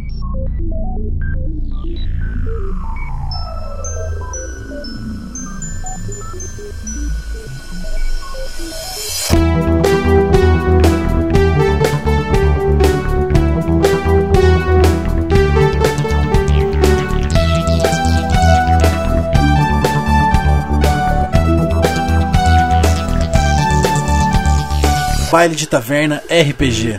Baile de Taverna RPG.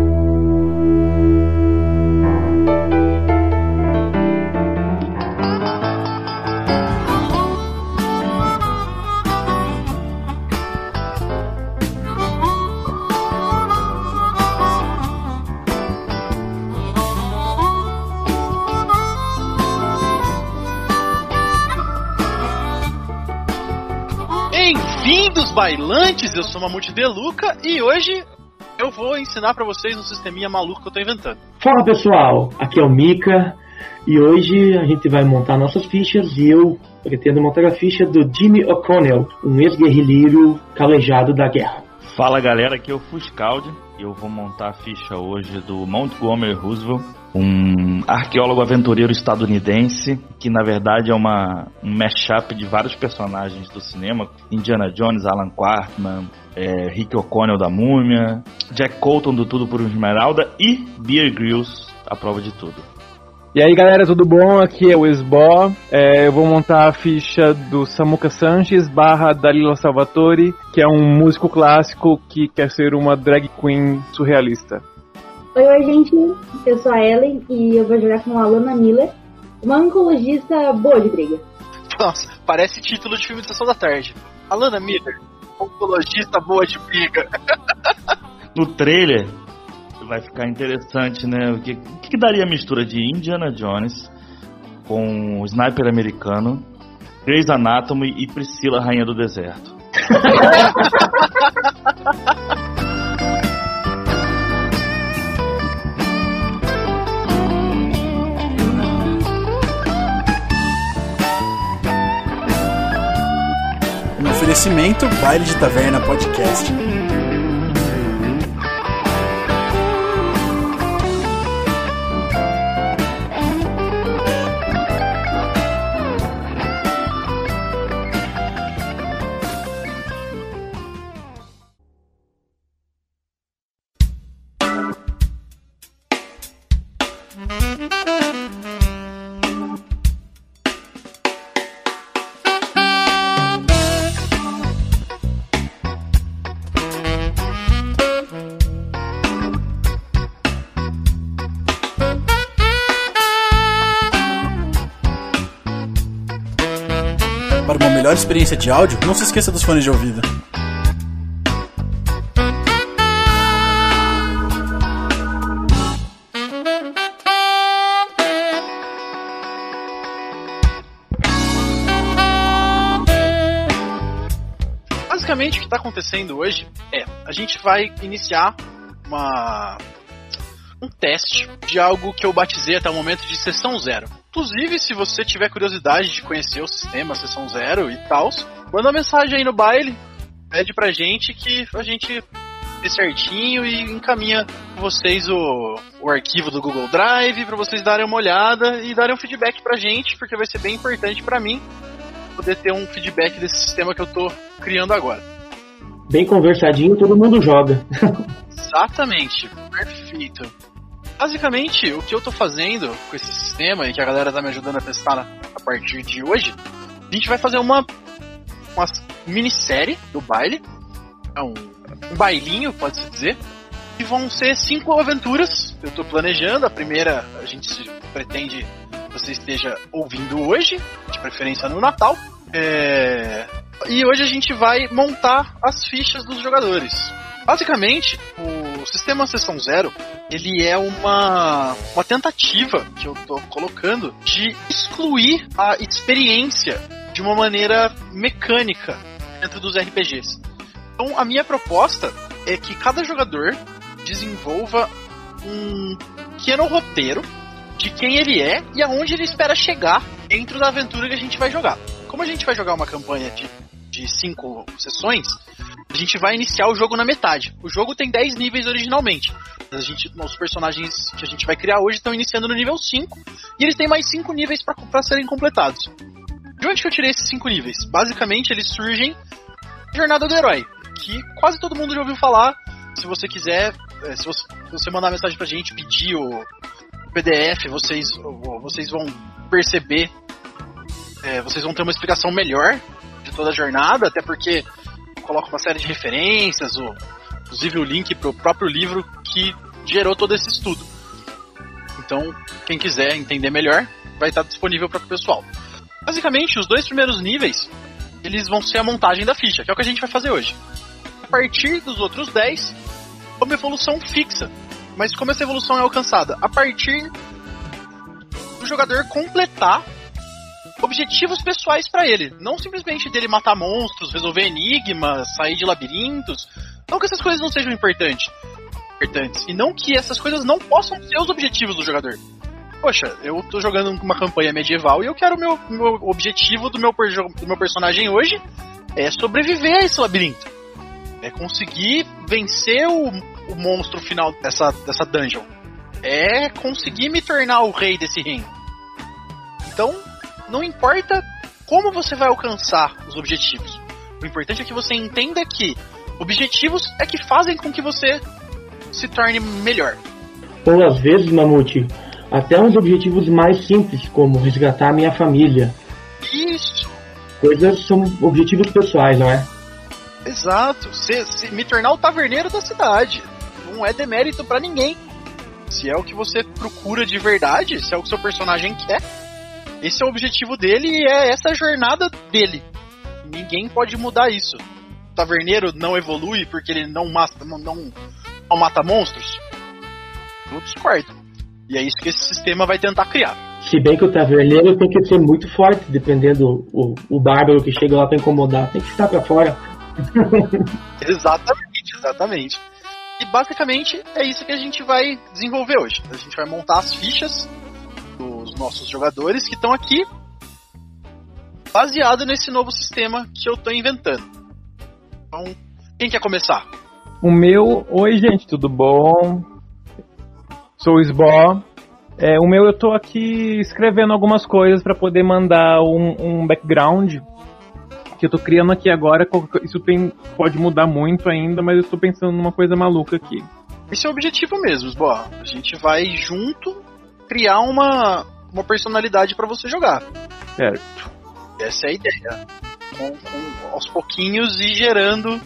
Bem-vindos, bailantes! Eu sou Mamute Deluca e hoje eu vou ensinar pra vocês um sisteminha maluco que eu tô inventando. Fala pessoal, aqui é o Mika e hoje a gente vai montar nossas fichas e eu pretendo montar a ficha do Jimmy O'Connell, um ex-guerrilheiro calejado da guerra. Fala galera, aqui é o Fuscaldi e eu vou montar a ficha hoje do Montgomery Roosevelt, um arqueólogo aventureiro estadunidense que na verdade é um mashup de vários personagens do cinema: Indiana Jones, Alan Quartman, Rick O'Connell da Múmia, Jack Colton do Tudo por Esmeralda e Bear Grylls, a prova de tudo. E aí galera, tudo bom? Aqui é o Esbó. Eu vou montar a ficha do Samuca Sanches / Dalila Salvatore, que é um músico clássico que quer ser uma drag queen surrealista. Oi gente, eu sou a Ellen e eu vou jogar com a Alana Miller, uma oncologista boa de briga. Nossa, parece título de filme de Sessão da Tarde. Alana Miller, oncologista boa de briga. No trailer vai ficar interessante, né? O que daria a mistura de Indiana Jones com o Sniper Americano, Grey's Anatomy e Priscila, Rainha do Deserto? Um oferecimento Baile de Taverna Podcast. Para uma melhor experiência de áudio, não se esqueça dos fones de ouvido. Basicamente o que está acontecendo hoje é, a gente vai iniciar um teste de algo que eu batizei até o momento de Sessão Zero. Inclusive, se você tiver curiosidade de conhecer o sistema Sessão Zero e tal, manda uma mensagem aí no baile, pede pra gente que a gente vê certinho e encaminha pra vocês o arquivo do Google Drive pra vocês darem uma olhada e darem um feedback pra gente, porque vai ser bem importante pra mim poder ter um feedback desse sistema que eu tô criando agora. Bem conversadinho, todo mundo joga. Exatamente, perfeito. Basicamente, o que eu tô fazendo com esse sistema e que a galera tá me ajudando a testar a partir de hoje, a gente vai fazer uma minissérie do baile, um bailinho, pode-se dizer, e vão ser 5 aventuras que eu tô planejando. A primeira a gente pretende que você esteja ouvindo hoje, de preferência no Natal, e hoje a gente vai montar as fichas dos jogadores. Basicamente, o sistema Sessão Zero, ele é uma tentativa que eu tô colocando de excluir a experiência de uma maneira mecânica dentro dos RPGs. Então, a minha proposta é que cada jogador desenvolva um pequeno roteiro de quem ele é e aonde ele espera chegar dentro da aventura que a gente vai jogar. Como a gente vai jogar uma campanha de 5 sessões, a gente vai iniciar o jogo na metade. O jogo tem 10 níveis originalmente. Os personagens que a gente vai criar hoje estão iniciando no nível 5 e eles têm mais 5 níveis para serem completados. De onde que eu tirei esses 5 níveis? Basicamente, eles surgem da Jornada do Herói, que quase todo mundo já ouviu falar. Se você quiser, se você mandar mensagem pra gente, pedir o PDF, vocês vão perceber, vocês vão ter uma explicação melhor de toda a jornada, até porque coloca uma série de referências, inclusive o link pro próprio livro que gerou todo esse estudo. Então, quem quiser entender melhor, vai estar disponível para o pessoal. Basicamente, os 2 primeiros níveis, eles vão ser a montagem da ficha, que é o que a gente vai fazer hoje. A partir dos outros 10, é uma evolução fixa. Mas como essa evolução é alcançada? A partir do jogador completar objetivos pessoais para ele. Não simplesmente dele matar monstros, resolver enigmas, sair de labirintos. Não que essas coisas não sejam importantes. E não que essas coisas não possam ser os objetivos do jogador. Poxa, eu tô jogando uma campanha medieval e eu quero o meu objetivo do meu personagem hoje é sobreviver a esse labirinto. É conseguir vencer o monstro final dessa dungeon. É conseguir me tornar o rei desse reino. Então, não importa como você vai alcançar os objetivos. O importante é que você entenda que objetivos é que fazem com que você se torne melhor. Ou às vezes, Mamute, até uns objetivos mais simples, como resgatar minha família. Isso. Coisas são objetivos pessoais, não é? Exato. Se me tornar o taverneiro da cidade. Não é demérito pra ninguém. Se é o que você procura de verdade, se é o que seu personagem quer, esse é o objetivo dele e é essa a jornada dele. Ninguém pode mudar isso. O taverneiro não evolui porque ele não mata monstros? Eu discordo. E é isso que esse sistema vai tentar criar. Se bem que o taverneiro tem que ser muito forte, dependendo o bárbaro que chega lá pra incomodar. Tem que estar pra fora. Exatamente. E basicamente é isso que a gente vai desenvolver hoje. A gente vai montar as fichas dos nossos jogadores que estão aqui, baseado nesse novo sistema que eu tô inventando. Então, quem quer começar? Oi gente, tudo bom? Sou o Sbó. Eu tô aqui escrevendo algumas coisas para poder mandar um background que eu tô criando aqui agora. Isso pode mudar muito ainda, mas eu estou pensando numa coisa maluca aqui. Esse é o objetivo mesmo, Sbó. A gente vai junto criar uma personalidade para você jogar. Certo. Essa é a ideia. Aos pouquinhos e gerando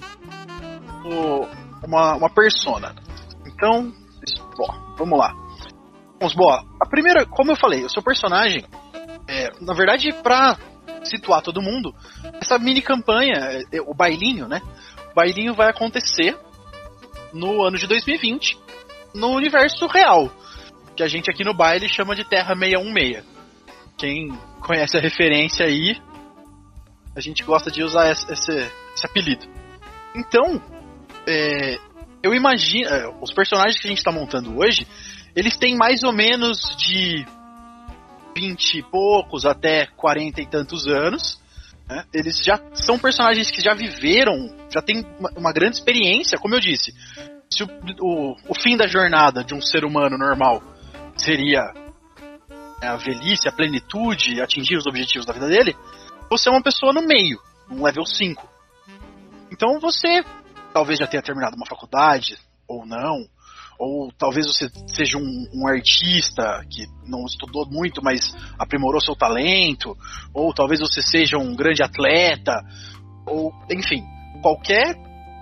uma persona. Então, vamos lá. Vamos, a primeira, como eu falei, o seu personagem, na verdade, pra situar todo mundo, essa mini campanha, o bailinho, né? O bailinho vai acontecer no ano de 2020, no universo real, que a gente aqui no baile chama de Terra 616. Quem conhece a referência aí, a gente gosta de usar esse apelido. Então, eu imagino, os personagens que a gente está montando hoje, eles têm mais ou menos de 20 e poucos até 40 e tantos anos, né? Eles já são personagens que já viveram, já têm uma grande experiência, como eu disse. Se o fim da jornada de um ser humano normal seria a velhice, a plenitude, atingir os objetivos da vida dele, você é uma pessoa no meio, um level 5. Então você talvez já tenha terminado uma faculdade, ou não, ou talvez você seja um artista que não estudou muito, mas aprimorou seu talento, ou talvez você seja um grande atleta, ou enfim, qualquer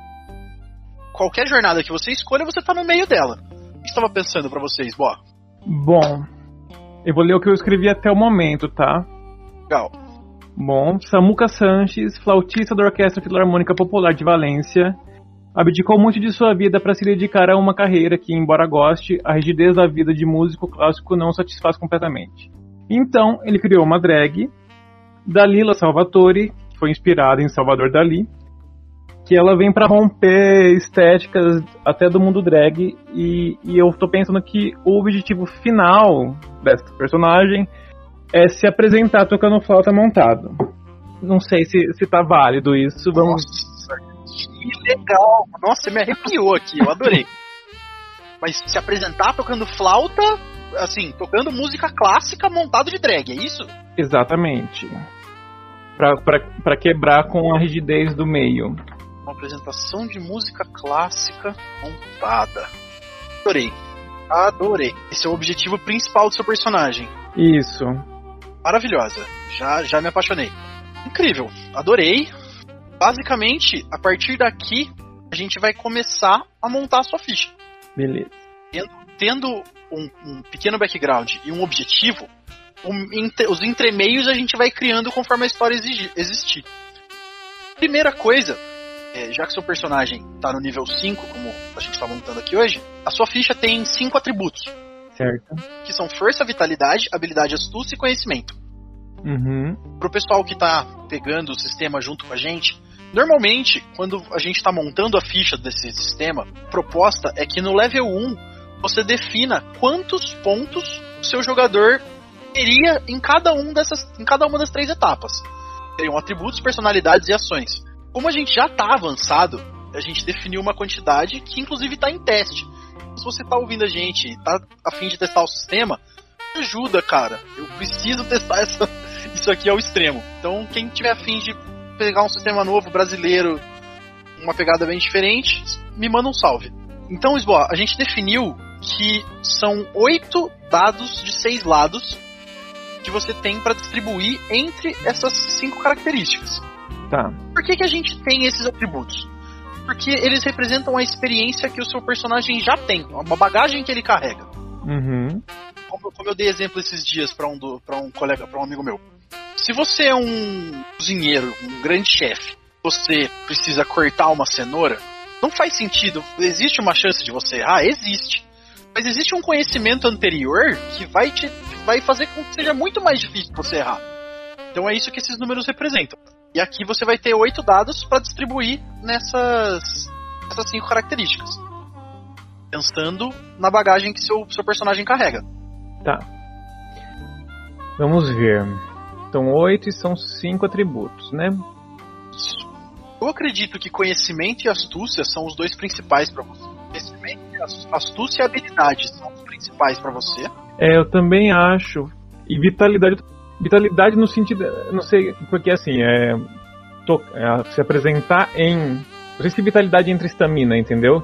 jornada que você escolha, você tá no meio dela. O que você estava pensando pra vocês, Bó? Bom, eu vou ler o que eu escrevi até o momento, tá? Legal. Bom, Samuca Sanches, flautista da Orquestra Filarmônica Popular de Valência, abdicou muito de sua vida para se dedicar a uma carreira que, embora goste, a rigidez da vida de músico clássico não satisfaz completamente. Então, ele criou uma drag, Dalila Salvatore, que foi inspirada em Salvador Dalí, que ela vem para romper estéticas até do mundo drag, e eu tô pensando que o objetivo final dessa personagem é se apresentar tocando flauta montado. Não sei se tá válido isso, vamos... Nossa, que legal! Nossa, você me arrepiou aqui, eu adorei. mas se apresentar tocando flauta, assim, tocando música clássica montado de drag, é isso? Exatamente. Pra quebrar com a rigidez do meio. Uma apresentação de música clássica montada. Adorei. Esse é o objetivo principal do seu personagem. Isso. Maravilhosa. Já me apaixonei. Incrível. Adorei. Basicamente, a partir daqui, a gente vai começar a montar a sua ficha. Beleza. Tendo um pequeno background e um objetivo, os entremeios a gente vai criando conforme a história existir. Primeira coisa, já que seu personagem está no nível 5, como a gente está montando aqui hoje, a sua ficha tem 5 atributos. Certo. Que são força, vitalidade, habilidade, astúcia e conhecimento. Pro pessoal que tá pegando o sistema junto com a gente, normalmente, quando a gente tá montando a ficha desse sistema, a proposta é que no level 1 você defina quantos pontos o seu jogador teria em cada uma das 3 etapas. Seriam atributos, personalidades e ações. Como a gente já tá avançado, a gente definiu uma quantidade que inclusive tá em teste. Se você tá ouvindo a gente e tá a fim de testar o sistema, ajuda, cara. Eu preciso testar isso aqui ao extremo. Então, quem tiver a fim de pegar um sistema novo, brasileiro, uma pegada bem diferente, me manda um salve. Então, Lisboa, a gente definiu que são 8 dados de 6 lados que você tem para distribuir entre essas 5 características. Tá. Por que a gente tem esses atributos? Porque eles representam a experiência que o seu personagem já tem, uma bagagem que ele carrega. Como eu dei exemplo esses dias para um colega, para um amigo meu. Se você é um cozinheiro, um grande chefe, você precisa cortar uma cenoura, não faz sentido. Existe uma chance de você errar? Existe. Mas existe um conhecimento anterior que vai fazer com que seja muito mais difícil você errar. Então é isso que esses números representam. E aqui você vai ter 8 dados para distribuir nessas 5 características. Pensando na bagagem que seu personagem carrega. Tá. Vamos ver. São 8 e são 5 atributos, né? Isso. Eu acredito que conhecimento e astúcia são os 2 principais para você. Conhecimento, astúcia e habilidade são os principais para você. Eu também acho. E vitalidade no sentido... Não sei, porque assim, se apresentar em... Não sei se vitalidade entra estamina, entendeu?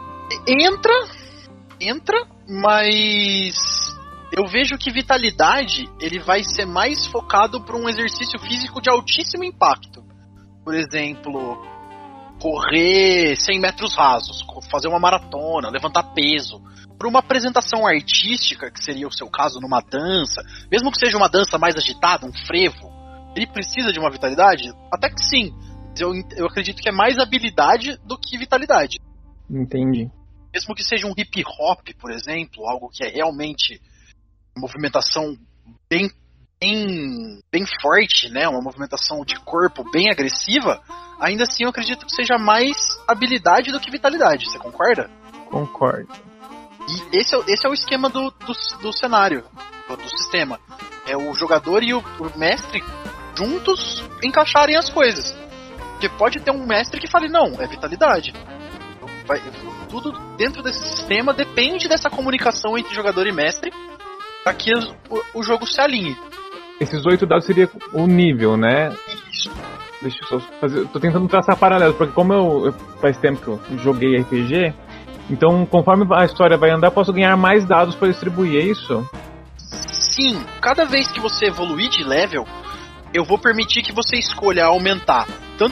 Entra, mas... Eu vejo que vitalidade ele vai ser mais focado para um exercício físico de altíssimo impacto. Por exemplo, correr 100 metros rasos, fazer uma maratona, levantar peso. Para uma apresentação artística, que seria o seu caso numa dança, mesmo que seja uma dança mais agitada, um frevo, ele precisa de uma vitalidade? Até que sim. Eu acredito que é mais habilidade do que vitalidade. Entendi. Mesmo que seja um hip hop, por exemplo, algo que é realmente movimentação bem forte, né? Uma movimentação de corpo bem agressiva, ainda assim eu acredito que seja mais habilidade do que vitalidade. Você concorda? Concordo. E esse é o esquema do cenário, do sistema. É o jogador e o mestre juntos encaixarem as coisas. Porque pode ter um mestre que fale, não, é vitalidade. Tudo dentro desse sistema depende dessa comunicação entre jogador e mestre para que o jogo se alinhe. Esses 8 dados seria o nível, né? Isso. Deixa eu só fazer. Tô tentando traçar paralelos, porque como eu faz tempo que eu joguei RPG, então conforme a história vai andar, eu posso ganhar mais dados para distribuir, é isso? Sim, cada vez que você evoluir de level, eu vou permitir que você escolha aumentar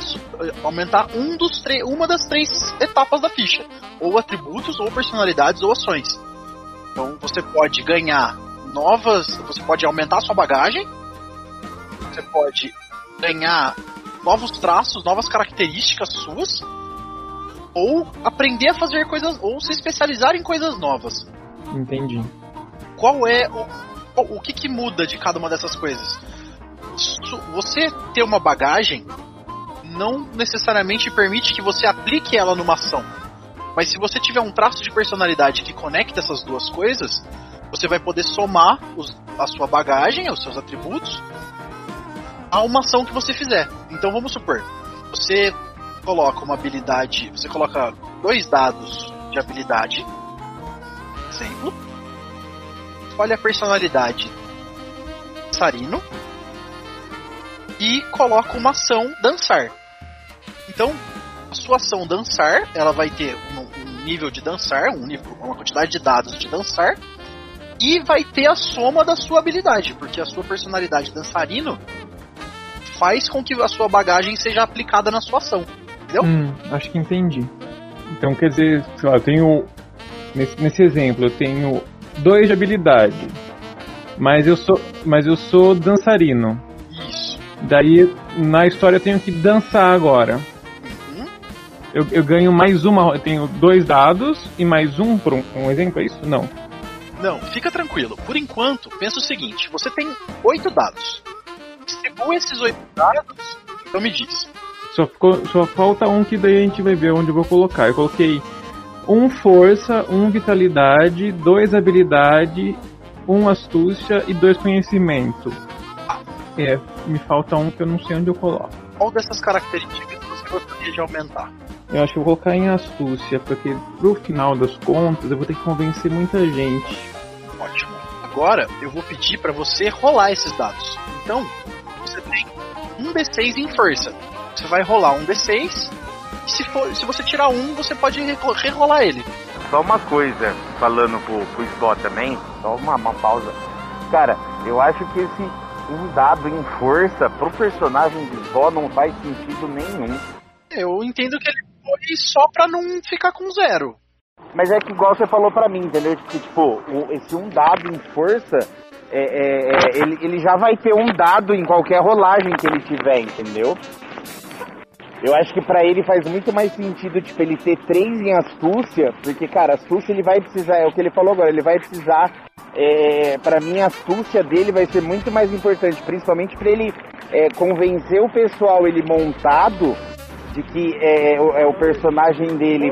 uma das 3 etapas da ficha, ou atributos, ou personalidades, ou ações. Então você pode ganhar você pode aumentar a sua bagagem, você pode ganhar novos traços, novas características suas, ou aprender a fazer coisas, ou se especializar em coisas novas. Entendi. Qual é o que muda de cada uma dessas coisas? Você ter uma bagagem não necessariamente permite que você aplique ela numa ação. Mas se você tiver um traço de personalidade que conecta essas duas coisas, você vai poder somar a sua bagagem, os seus atributos, a uma ação que você fizer. Então vamos supor, você coloca uma habilidade, você coloca 2 dados de habilidade exemplo. Escolhe a personalidade dançarino e coloca uma ação dançar. Então, a sua ação dançar, ela vai ter um nível de dançar, uma quantidade de dados de dançar, e vai ter a soma da sua habilidade, porque a sua personalidade dançarino faz com que a sua bagagem seja aplicada na sua ação, entendeu? Acho que entendi. Então quer dizer, sei lá, eu tenho nesse exemplo, eu tenho 2 de habilidade, mas eu sou dançarino. Isso. Daí na história eu tenho que dançar agora. Eu ganho mais uma, eu tenho 2 dados e mais um por um exemplo, é isso? Não. Não, fica tranquilo. Por enquanto, pensa o seguinte, você tem 8 dados. Distribua esses 8 dados, então me diz. Só falta um que daí a gente vai ver onde eu vou colocar. Eu coloquei 1 força, 1 vitalidade, 2 habilidade, 1 astúcia e 2 conhecimento. Me falta um que eu não sei onde eu coloco. Qual dessas características você gostaria de aumentar? Eu acho que eu vou colocar em astúcia, porque pro final das contas eu vou ter que convencer muita gente. Ótimo. Agora eu vou pedir pra você rolar esses dados. Então, você tem um D6 em força. Você vai rolar um D6 e se você tirar um, você pode rerolar ele. Só uma coisa, falando pro Sbó também, só uma pausa. Cara, eu acho que esse um dado em força pro personagem de Sbó não faz sentido nenhum. Eu entendo que ele foi só pra não ficar com 0. Mas é que igual você falou pra mim, entendeu? Que, tipo, esse um dado em força, ele já vai ter um dado em qualquer rolagem que ele tiver, entendeu? Eu acho que pra ele faz muito mais sentido, tipo, ele ter 3 em astúcia, porque, cara, astúcia ele vai precisar, é o que ele falou agora, ele vai precisar, pra mim a astúcia dele vai ser muito mais importante, principalmente pra ele convencer o pessoal, ele montado, de que o personagem dele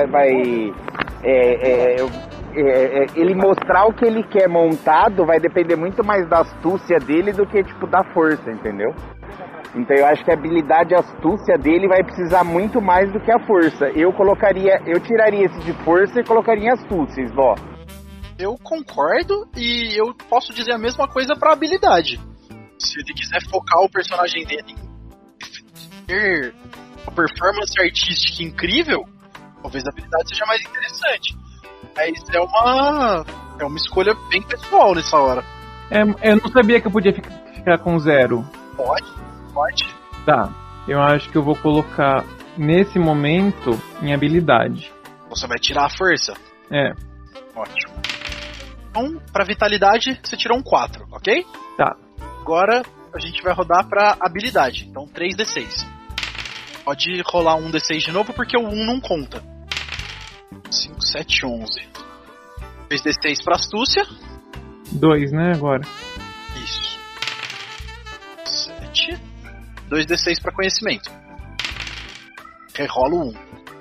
ele mostrar o que ele quer montado vai depender muito mais da astúcia dele do que, tipo, da força, entendeu? Então eu acho que a habilidade astúcia dele vai precisar muito mais do que a força. Eu tiraria esse de força e colocaria em astúcia, Sbó. Eu concordo e eu posso dizer a mesma coisa pra habilidade. Se ele quiser focar o personagem dele em ter uma performance artística incrível, talvez a habilidade seja mais interessante. Mas é uma escolha bem pessoal nessa hora. Eu não sabia que eu podia ficar com 0. Pode. Tá, eu acho que eu vou colocar nesse momento em habilidade. Você vai tirar a força? Ótimo. Então, pra vitalidade, você tirou um 4, ok? Tá. Agora a gente vai rodar pra habilidade. Então 3d6. Pode rolar um d6 de novo porque o 1 não conta. 5, 7, 11. 3d6 pra astúcia. 2, né, agora? Isso. 7. 2d6 pra conhecimento. Rerolo 1.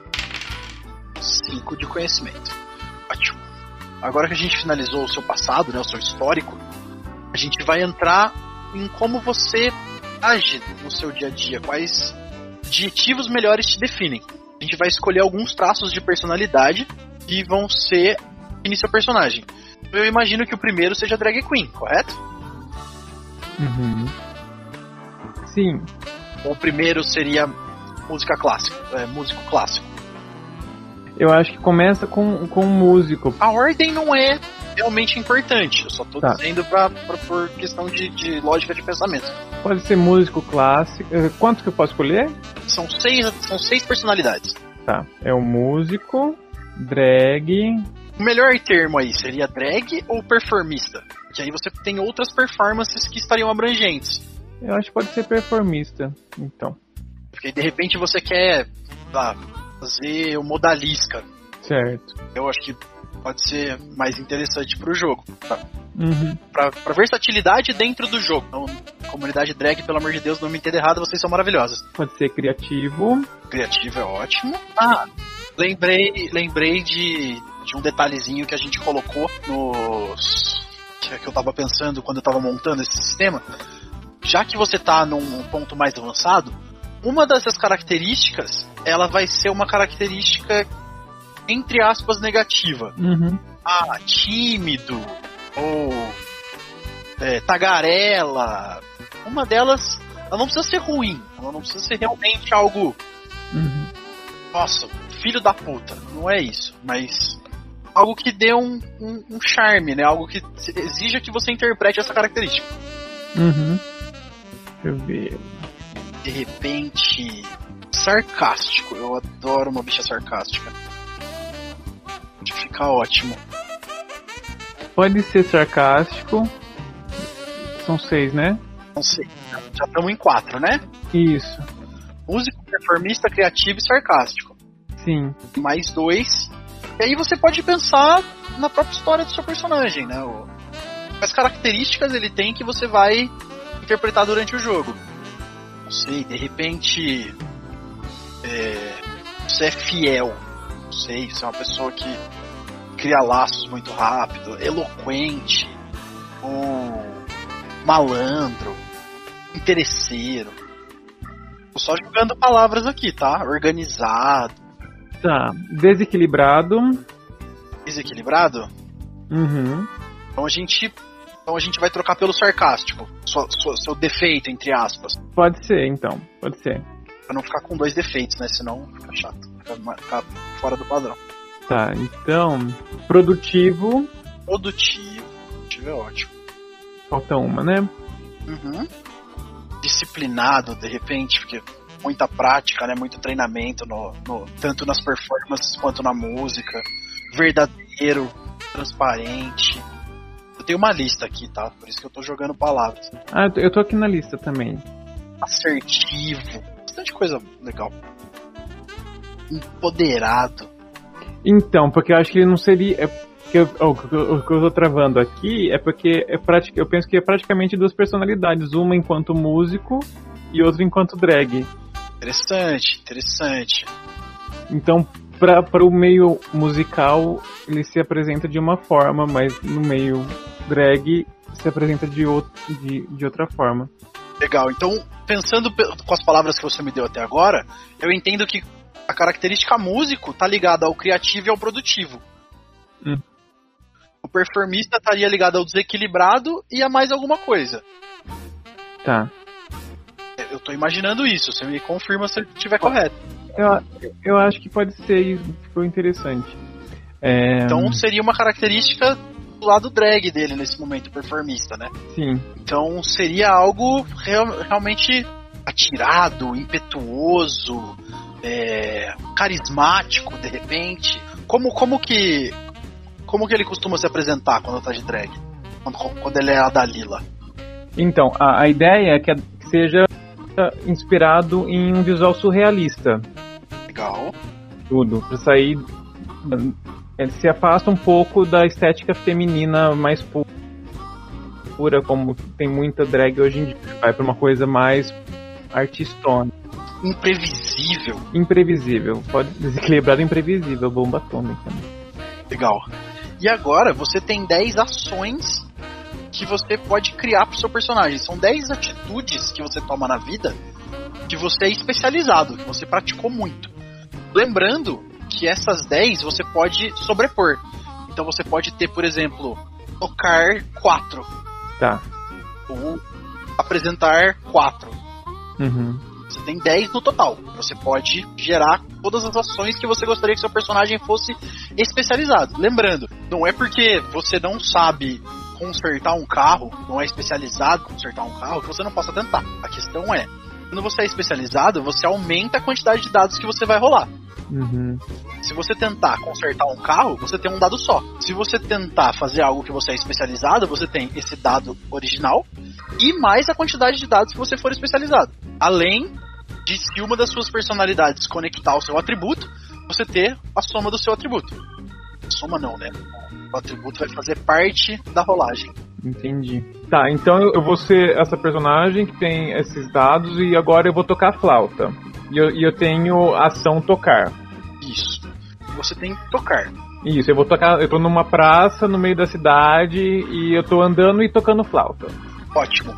5 de conhecimento. Ótimo. Agora que a gente finalizou o seu passado, né, o seu histórico, a gente vai entrar em como você age no seu dia a dia, quais adjetivos melhores te definem. A gente vai escolher alguns traços de personalidade que vão ser definir seu personagem. Eu imagino que o primeiro seja drag queen, correto? Uhum. Sim. O primeiro seria músico clássico. Eu acho que começa com músico. A ordem não é realmente importante, eu só tô dizendo por questão de lógica de pensamento. Pode ser músico clássico. Quantos que eu posso escolher? São 6 personalidades. Tá, é o músico, drag. O melhor termo aí seria drag ou performista? Que aí você tem outras performances que estariam abrangentes. Eu acho que pode ser performista, então. Porque de repente você quer fazer o modalisca. Certo. Eu acho que pode ser mais interessante pro jogo. Tá? Uhum. Pra versatilidade dentro do jogo. Então, comunidade drag, pelo amor de Deus, não me entenda errado, vocês são maravilhosas. Pode ser criativo. Criativo é ótimo. Lembrei de um detalhezinho que a gente colocou que eu tava pensando quando eu tava montando esse sistema. Já que você tá num ponto mais avançado, uma dessas características, ela vai ser uma característica, entre aspas, negativa. Uhum. tímido ou tagarela. Uma delas, ela não precisa ser ruim, ela não precisa ser realmente algo nossa, filho da puta, não é isso, mas algo que dê um charme, né? Algo que exija que você interprete essa característica. Deixa eu ver. De repente, sarcástico. Eu adoro uma bicha sarcástica. Fica ótimo. Pode ser sarcástico. São 6, né? Não sei. Já estamos em 4, né? Isso. Músico, performista, criativo e sarcástico. Sim. Mais 2. E aí você pode pensar na própria história do seu personagem, né? Quais características ele tem que você vai interpretar durante o jogo. Não sei, de repente você é fiel. Não sei, você é uma pessoa que cria laços muito rápido, eloquente, ou malandro, interesseiro. Tô só jogando palavras aqui, tá? Organizado. Tá. Desequilibrado. Desequilibrado? Então a gente vai trocar pelo sarcástico. Seu defeito, entre aspas. Pode ser, então. Pode ser. Pra não ficar com 2 defeitos, né? Senão fica chato. Fica fora do padrão. Tá, então... Produtivo. Produtivo é ótimo. Falta uma, né? Disciplinado, de repente, porque muita prática, né? Muito treinamento, tanto nas performances quanto na música. Verdadeiro, transparente. Eu tenho uma lista aqui, tá? Por isso que eu tô jogando palavras. Ah, eu tô aqui na lista também. Assertivo. Bastante coisa legal. Empoderado. Então, porque eu acho que ele não seria... O que eu tô travando aqui é porque eu penso que é praticamente 2 personalidades. Uma enquanto músico e outra enquanto drag. Interessante. Então, para o meio musical, ele se apresenta de uma forma, mas no meio drag se apresenta de outra forma. Legal, então, pensando com as palavras que você me deu até agora, eu entendo que a característica músico tá ligada ao criativo e ao produtivo. O performista estaria ligado ao desequilibrado e a mais alguma coisa. Tá. Eu tô imaginando isso, você me confirma se eu estiver correto. Eu acho que pode ser, e ficou interessante. Então seria uma característica do lado drag dele nesse momento, performista, né? Sim. Então seria algo realmente atirado, impetuoso, carismático, de repente. Como que ele costuma se apresentar quando tá de drag? Quando ele é a Dalila? Então, a ideia é que seja inspirado em um visual surrealista. Legal. Tudo. Pra sair... Ele se afasta um pouco da estética feminina mais pura, como tem muita drag hoje em dia. Vai pra uma coisa mais artistona. Imprevisível. Pode desequilibrado, imprevisível. Bomba atômica. Legal. E agora você tem 10 ações que você pode criar pro seu personagem. São 10 atitudes que você toma na vida que você é especializado, que você praticou muito. Lembrando que essas 10 você pode sobrepor. Então você pode ter, por exemplo, tocar 4. Tá. Ou apresentar 4. Você tem 10 no total. Você pode gerar todas as ações que você gostaria que seu personagem fosse especializado. Lembrando, não é porque você não sabe consertar um carro, não é especializado em consertar um carro, que você não possa tentar. A questão é, quando você é especializado, você aumenta a quantidade de dados que você vai rolar. Se você tentar consertar um carro, você tem um dado só. Se você tentar fazer algo que você é especializado, você tem esse dado original e mais a quantidade de dados que você for especializado. Além de, se uma das suas personalidades conectar o seu atributo, você ter a soma do seu atributo. Soma não, né? O atributo vai fazer parte da rolagem. Entendi. Tá, então eu vou ser essa personagem que tem esses dados e agora eu vou tocar flauta. E eu tenho ação tocar. Isso. Você tem que tocar. Isso, eu vou tocar. Eu tô numa praça no meio da cidade e eu tô andando e tocando flauta. Ótimo.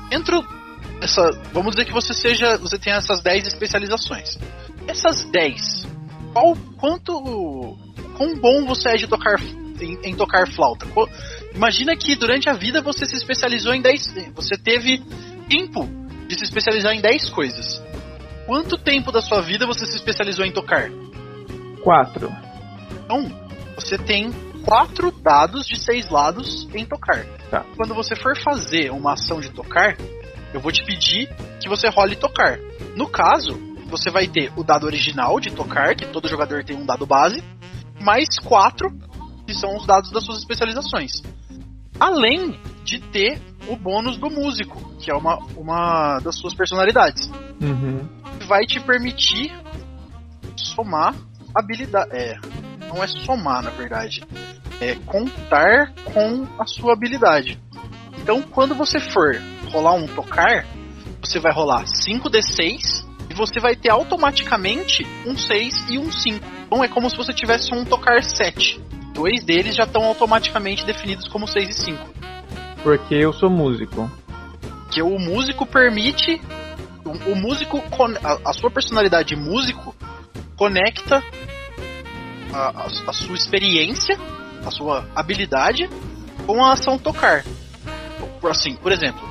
Vamos dizer que você tem essas 10 especializações. Essas 10, quão bom você é de tocar em tocar flauta. Imagina que durante a vida você se especializou em 10... Você teve tempo de se especializar em 10 coisas. Quanto tempo da sua vida você se especializou em tocar? 4. Então, você tem 4 dados de 6 lados em tocar. Tá. Quando você for fazer uma ação de tocar, eu vou te pedir que você role tocar. No caso, você vai ter o dado original de tocar, que todo jogador tem um dado base, mais 4, que são os dados das suas especializações. Além de ter o bônus do músico, que é uma das suas personalidades. Uhum. Vai te permitir somar habilidade. Não é somar, na verdade. É contar com a sua habilidade. Então, quando você for rolar um tocar, você vai rolar 5d6 e você vai ter automaticamente um 6 e um 5. Então é como se você tivesse um tocar 7. 2 deles já estão automaticamente definidos como 6 e 5. Porque eu sou músico. Que o músico permite... O músico, a sua personalidade músico conecta a sua experiência, a sua habilidade com a ação tocar. Assim, por exemplo,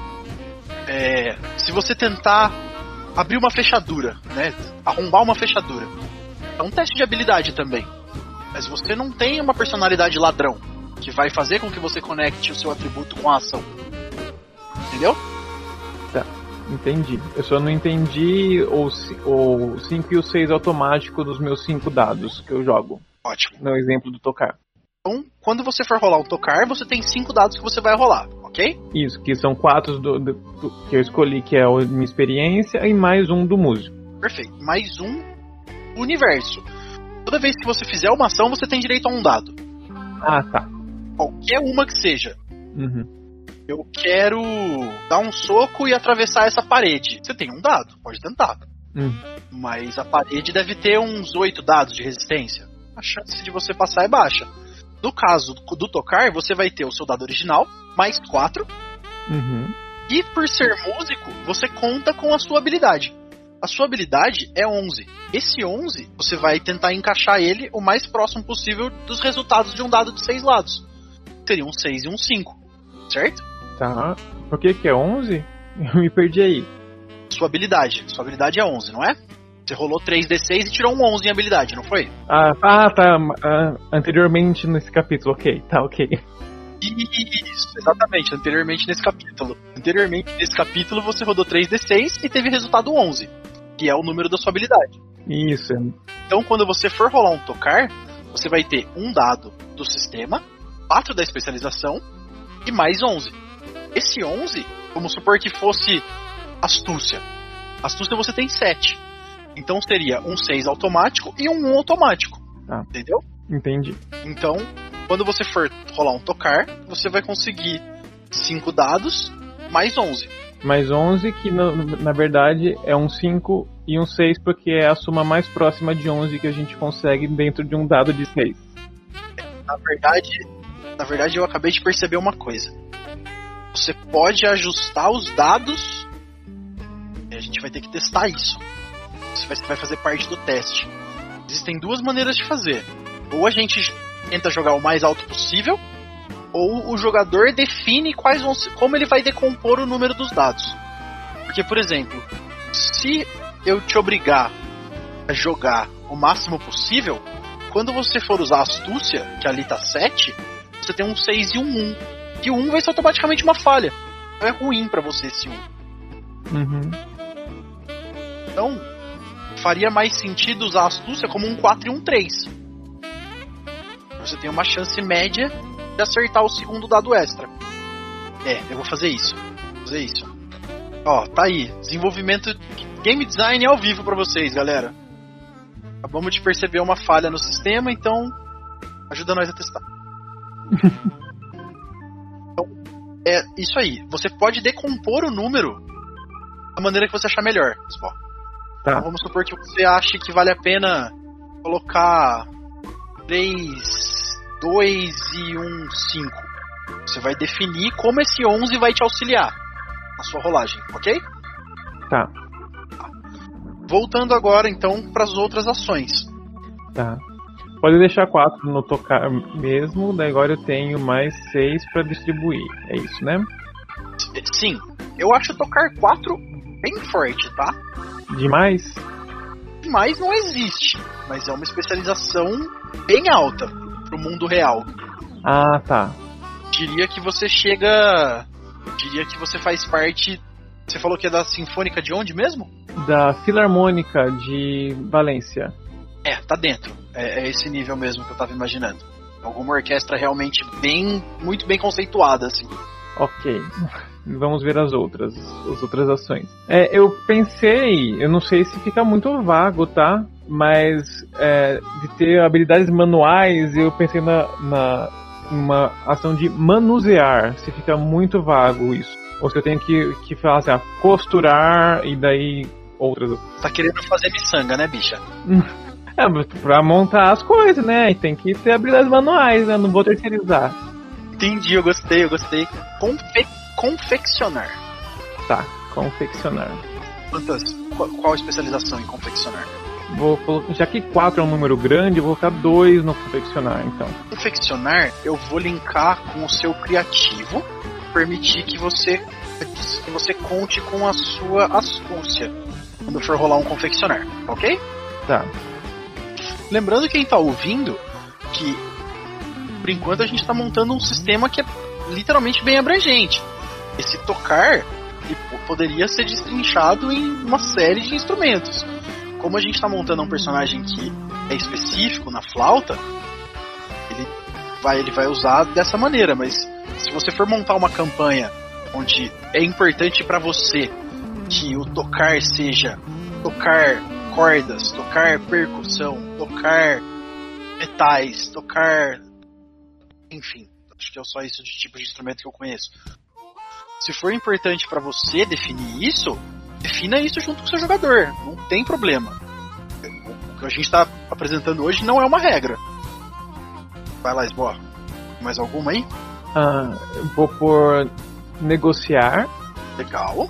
se você tentar abrir uma fechadura, né, arrombar uma fechadura, é um teste de habilidade também. Mas você não tem uma personalidade ladrão que vai fazer com que você conecte o seu atributo com a ação. Entendeu? Tá, entendi. Eu só não entendi o 5 e o 6 automático dos meus 5 dados que eu jogo. Ótimo. No exemplo do tocar. Então, quando você for rolar um tocar, você tem 5 dados que você vai rolar, ok? Isso, que são 4 que eu escolhi, que é a minha experiência, e mais um do músico. Perfeito. Mais um universo. Toda vez que você fizer uma ação, você tem direito a um dado. Ah, tá. Qualquer uma que seja. Uhum. Eu quero dar um soco e atravessar essa parede. Você tem um dado, pode tentar. Mas a parede deve ter uns 8 dados de resistência. A chance de você passar é baixa. No caso do tocar, você vai ter o seu dado original, mais 4. Uhum. E por ser músico, você conta com a sua habilidade. A sua habilidade é 11. Esse 11, você vai tentar encaixar ele o mais próximo possível dos resultados de um dado de 6 lados. Seria um 6 e um 5, certo? Tá. Por que é 11? Eu me perdi aí. Sua habilidade é 11, não é? Você rolou 3d6 e tirou um 11 em habilidade, não foi? Tá. Anteriormente nesse capítulo, ok. Tá, ok. Isso, exatamente, anteriormente nesse capítulo. Anteriormente nesse capítulo você rodou 3d6 e teve resultado 11, que é o número da sua habilidade. Isso. Então quando você for rolar um tocar, você vai ter um dado do sistema, 4 da especialização e mais 11. Esse 11, vamos supor que fosse astúcia. Astúcia você tem 7. Então seria um 6 automático e um 1 automático. Ah, entendeu? Entendi. Então, quando você for rolar um tocar, você vai conseguir 5 dados mais 11. Mais 11, que na verdade é um 5 e um 6, porque é a soma mais próxima de 11 que a gente consegue dentro de um dado de 6. Na verdade, eu acabei de perceber uma coisa. Você pode ajustar os dados. E a gente vai ter que testar isso. Isso vai fazer parte do teste. Existem 2 maneiras de fazer. Ou a gente tenta jogar o mais alto possível, ou o jogador define como ele vai decompor o número dos dados. Porque, por exemplo, se eu te obrigar a jogar o máximo possível, quando você for usar a astúcia, que ali tá 7, você tem um 6 e um 1. E o 1 vai ser automaticamente uma falha. Então é ruim pra você esse 1. Uhum. Então, faria mais sentido usar a astúcia como um 4 e um 3. Você tem uma chance média de acertar o segundo dado extra. Eu vou fazer isso. Ó, tá aí. Desenvolvimento game design ao vivo pra vocês, galera. Acabamos de perceber uma falha no sistema, então ajuda nós a testar. Então, é isso aí. Você pode decompor o número da maneira que você achar melhor. Tá. Então, vamos supor que você ache que vale a pena colocar 3, 2 e 1, 5. Você vai definir como esse 11 vai te auxiliar na sua rolagem, ok? Tá. Voltando agora, então, para as outras ações. Tá. Pode deixar 4 no tocar mesmo, daí agora eu tenho mais 6 pra distribuir. É isso, né? Sim, eu acho tocar 4 bem forte, tá? Demais? Demais não existe, mas é uma especialização bem alta pro mundo real. Ah, tá. Diria que você chega... Diria que você faz parte... Você falou que é da Sinfônica de onde mesmo? Da Filarmônica de Valência. Tá dentro. É esse nível mesmo que eu tava imaginando. Alguma orquestra realmente muito bem conceituada, assim. Ok. Vamos ver as outras ações. Eu pensei, eu não sei se fica muito vago, tá? Mas de ter habilidades manuais, eu pensei numa ação de manusear, se fica muito vago isso. Ou se eu tenho que falar assim, costurar e daí outras. Tá querendo fazer miçanga, né, bicha? Pra montar as coisas, né? Tem que ter habilidades manuais, né? Não vou terceirizar. Entendi, eu gostei. Confeccionar. Tá, confeccionar. Qual especialização em confeccionar? Já que 4 é um número grande, eu vou colocar 2 no confeccionar, então. Confeccionar, eu vou linkar com o seu criativo, permitir que você conte com a sua astúcia quando for rolar um confeccionar, ok? Tá. Lembrando quem tá ouvindo que, por enquanto, a gente tá montando um sistema que é literalmente bem abrangente. Esse tocar ele poderia ser destrinchado em uma série de instrumentos. Como a gente está montando um personagem que é específico na flauta, ele vai usar dessa maneira, mas se você for montar uma campanha onde é importante para você que o tocar seja tocar cordas, tocar percussão, tocar metais, tocar... Enfim, acho que é só isso de tipo de instrumento que eu conheço. Se for importante para você definir isso, defina isso junto com o seu jogador, não tem problema. O que a gente está apresentando hoje não é uma regra. Vai lá, Esboa. Mais alguma aí? Eu vou por negociar. Legal.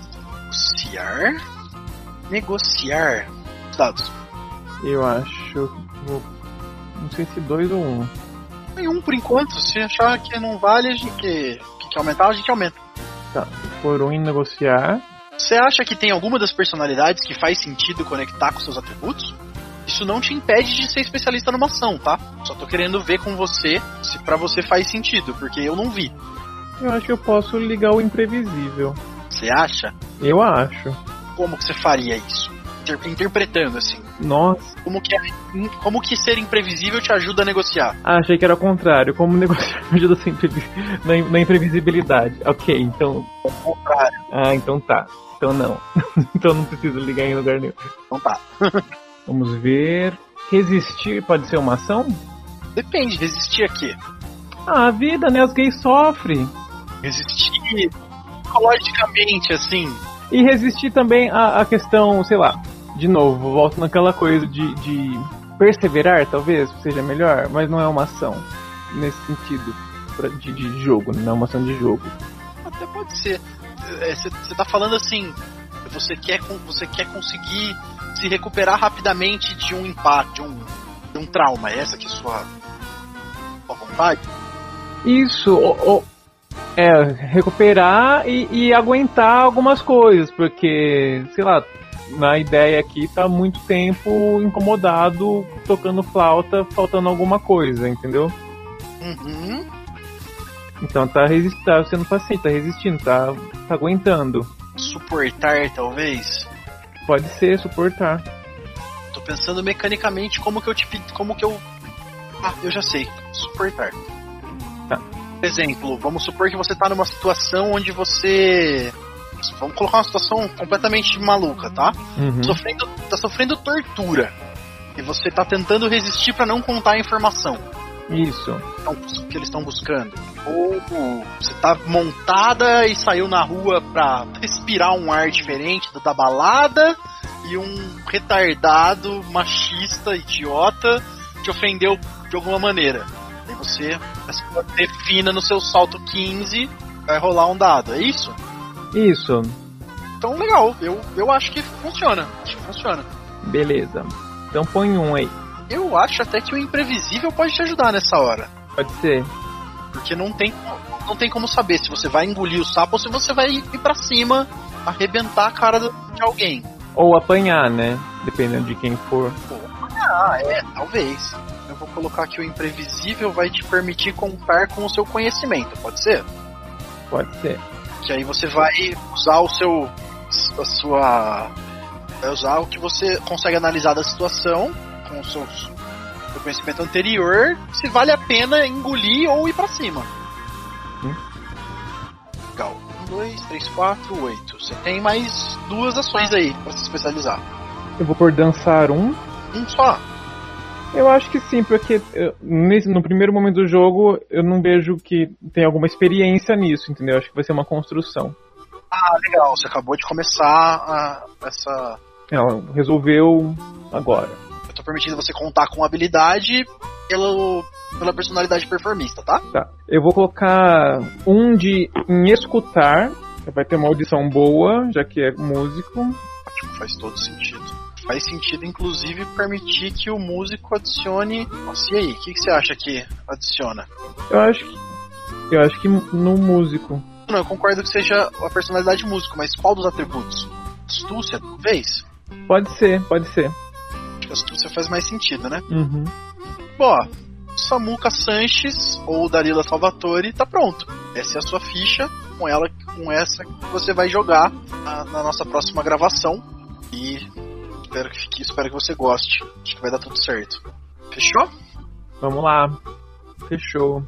Negociar. Os dados. Eu acho. Não sei se 2 ou 1. Tem 1 por enquanto. Se achar que não vale, a gente que aumentar, a gente aumenta. Tá. Por 1 em negociar. Você acha que tem alguma das personalidades que faz sentido conectar com seus atributos? Isso não te impede de ser especialista numa ação, tá? Só tô querendo ver com você se pra você faz sentido, porque eu não vi. Eu acho que eu posso ligar o imprevisível. Você acha? Eu acho. Como que você faria isso? Interpretando, assim. Nossa. Como que ser imprevisível te ajuda a negociar? Achei que era o contrário. Como negociar me ajuda a ser na imprevisibilidade. Ok, então... O contrário. Então tá. Então não. Então não preciso ligar em lugar nenhum. Então tá. Vamos ver... Resistir pode ser uma ação? Depende. Resistir a quê? A vida, né? Os gays sofrem. Resistir psicologicamente, assim. E resistir também a questão, sei lá... De novo, volto naquela coisa de perseverar, talvez seja melhor, mas não é uma ação nesse sentido de jogo, não é uma ação de jogo. Até pode ser. Você tá falando assim, você quer conseguir se recuperar rapidamente de um impacto, de um trauma, é essa que é a sua vontade? Isso, recuperar e aguentar algumas coisas, porque, sei lá, na ideia aqui tá muito tempo incomodado tocando flauta, faltando alguma coisa, entendeu? Uhum. Então tá sendo paciente, tá resistindo, tá aguentando. Suportar, talvez? Pode ser, suportar. Tô pensando mecanicamente como que eu... eu já sei. Suportar. Tá. Por exemplo, vamos supor que você tá numa situação onde você... Vamos colocar uma situação completamente maluca, tá? Uhum. Tá sofrendo tortura. E você tá tentando resistir pra não contar a informação. Isso. Que eles estão buscando. Ou você tá montada e saiu na rua pra respirar um ar diferente da balada e um retardado, machista, idiota te ofendeu de alguma maneira. Aí você defina no seu salto 15, vai rolar um dado, é isso? Isso. Então, legal. Eu acho que funciona. Beleza. Então põe 1 aí. Eu acho até que o imprevisível pode te ajudar nessa hora. Pode ser. Porque não tem como saber se você vai engolir o sapo ou se você vai ir pra cima, arrebentar a cara de alguém. Ou apanhar, né? Dependendo de quem for. Talvez. Eu vou colocar que o imprevisível vai te permitir contar com o seu conhecimento, pode ser? Pode ser. Que aí você vai usar vai usar o que você consegue analisar da situação com o seu conhecimento anterior, se vale a pena engolir ou ir pra cima. Legal. 1, 2, 3, 4, 8. Você tem mais 2 ações aí pra se especializar. Eu vou por dançar um. Um só? Eu acho que sim, porque no primeiro momento do jogo eu não vejo que tem alguma experiência nisso, entendeu? Acho que vai ser uma construção. Ah, legal. Você acabou de começar essa... Ela resolveu agora. Eu tô permitindo você contar com habilidade pela personalidade performista, tá? Tá. Eu vou colocar um em escutar, que vai ter uma audição boa, já que é músico. Faz todo sentido. Faz sentido, inclusive, permitir que o músico adicione... Nossa, e aí? O que você acha que adiciona? Eu acho que no músico. Não, eu concordo que seja a personalidade músico, mas qual dos atributos? Astúcia, talvez? Pode ser. Acho que a astúcia faz mais sentido, né? Uhum. Bom, Samuca Sanches ou Dalila Salvatore tá pronto. Essa é a sua ficha, com essa que você vai jogar na nossa próxima gravação. E espero que você goste. Acho que vai dar tudo certo. Fechou? Vamos lá. Fechou.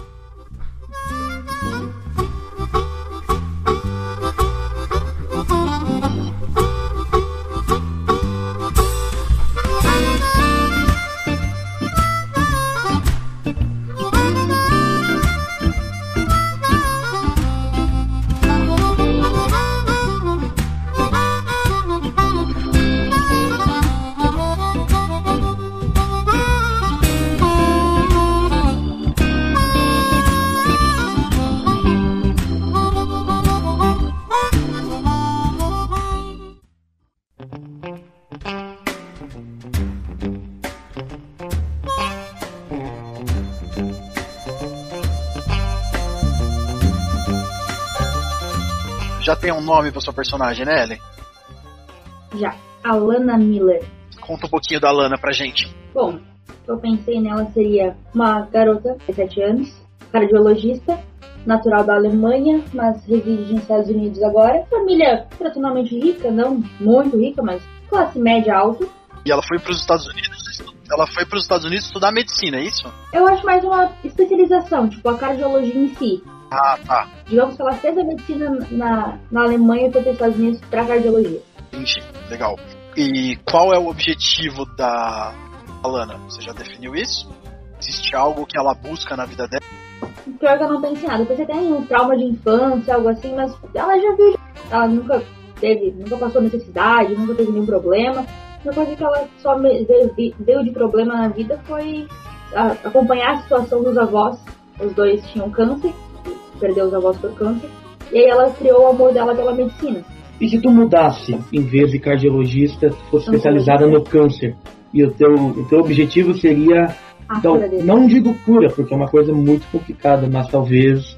Já tem um nome pra sua personagem, né, Ellen? Já. Alana Miller. Conta um pouquinho da Alana pra gente. Bom, eu pensei nela seria uma garota de 17 anos, cardiologista, natural da Alemanha, mas reside nos Estados Unidos agora. Família tradicionalmente rica, não muito rica, mas classe média alta. E ela foi pros Estados Unidos estudar medicina, é isso? Eu acho mais uma especialização, tipo a cardiologia em si. Ah, tá. Digamos que ela fez a medicina na Alemanha e foi para os Estados Unidos para cardiologia. Entendi, legal. E qual é o objetivo da Alana? Você já definiu isso? Existe algo que ela busca na vida dela? Pior que eu não pensei nada. Eu pensei até em um trauma de infância, algo assim, mas ela já viu. Ela nunca passou necessidade, nunca teve nenhum problema. Uma coisa que ela só veio de problema na vida foi acompanhar a situação dos avós. Os dois tinham câncer, perdeu os avós por câncer, e aí ela criou o amor dela pela medicina. E se tu mudasse, em vez de cardiologista, fosse especializada no câncer, e o teu objetivo seria, não digo cura, porque é uma coisa muito complicada, mas talvez...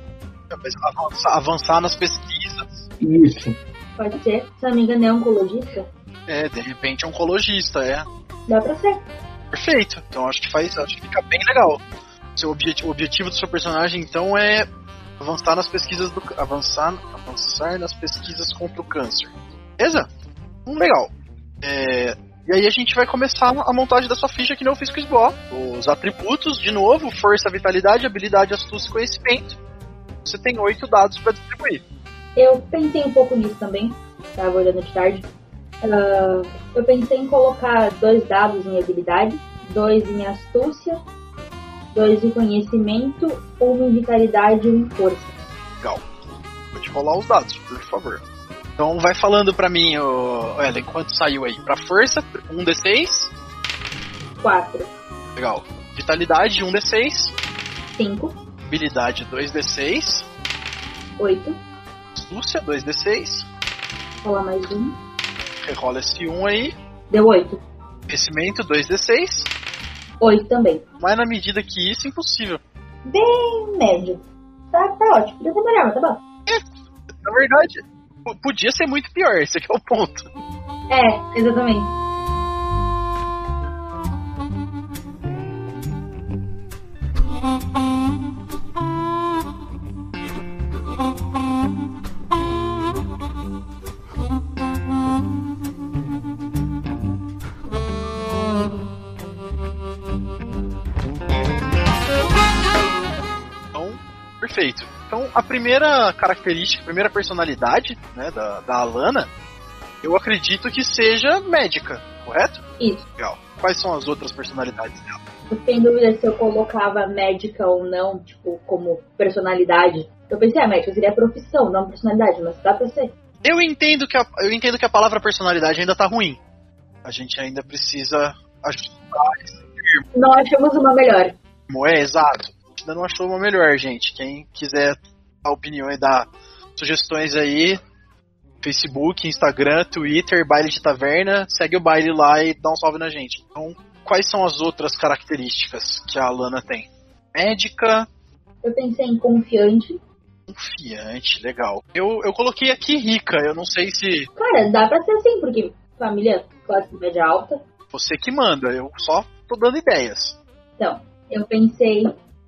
Avançar nas pesquisas. Isso. Pode ser, se não me engano é oncologista. De repente oncologista, Dá pra ser. Perfeito, então acho que fica bem legal. O objetivo do seu personagem, então, é avançar nas pesquisas avançar nas pesquisas contra o câncer. Beleza? Legal. E aí a gente vai começar a montagem da sua ficha que não fiz com o SBO. Os atributos, de novo, força, vitalidade, habilidade, astúcia e conhecimento. Você tem 8 dados para distribuir. Eu pensei um pouco nisso também, estava olhando de tarde. Eu pensei em colocar 2 dados em habilidade, 2 em astúcia, 2 em conhecimento, 1 em vitalidade e 1 em força. Legal. Vou te rolar os dados, por favor. Então vai falando pra mim, Ellen, quanto saiu aí? Pra força, 1d6. 4. Legal. Vitalidade, 1d6. 5. Habilidade, 2d6. 8. Astúcia, 2d6. Rolar mais 1. Rerola esse 1 aí. Deu 8. Conhecimento, 2d6. 8 também. Mas na medida que isso, impossível. Bem médio. Tá ótimo. Podia ser melhor, mas tá bom. Na verdade, podia ser muito pior, esse aqui é o ponto. É, exatamente. Perfeito. Então, a primeira característica, a primeira personalidade, né, da Alana, eu acredito que seja médica, correto? Isso. Legal. Quais são as outras personalidades dela? Eu fiquei em dúvida se eu colocava médica ou não, tipo, como personalidade. Eu pensei, médica seria profissão, não personalidade, mas dá pra ser. Eu entendo que a palavra personalidade ainda tá ruim. A gente ainda precisa ajustar esse termo. Não achamos uma melhor. É, exato. Ainda não achou uma melhor, gente. Quem quiser dar opinião e dar sugestões aí, Facebook, Instagram, Twitter, Baile de Taverna, segue o baile lá e dá um salve na gente. Então, quais são as outras características que a Alana tem? Médica. Eu pensei em confiante. Confiante, legal. Eu coloquei aqui rica, eu não sei se... Cara, dá pra ser assim, porque família classe média alta. Você que manda, eu só tô dando ideias. Então, eu pensei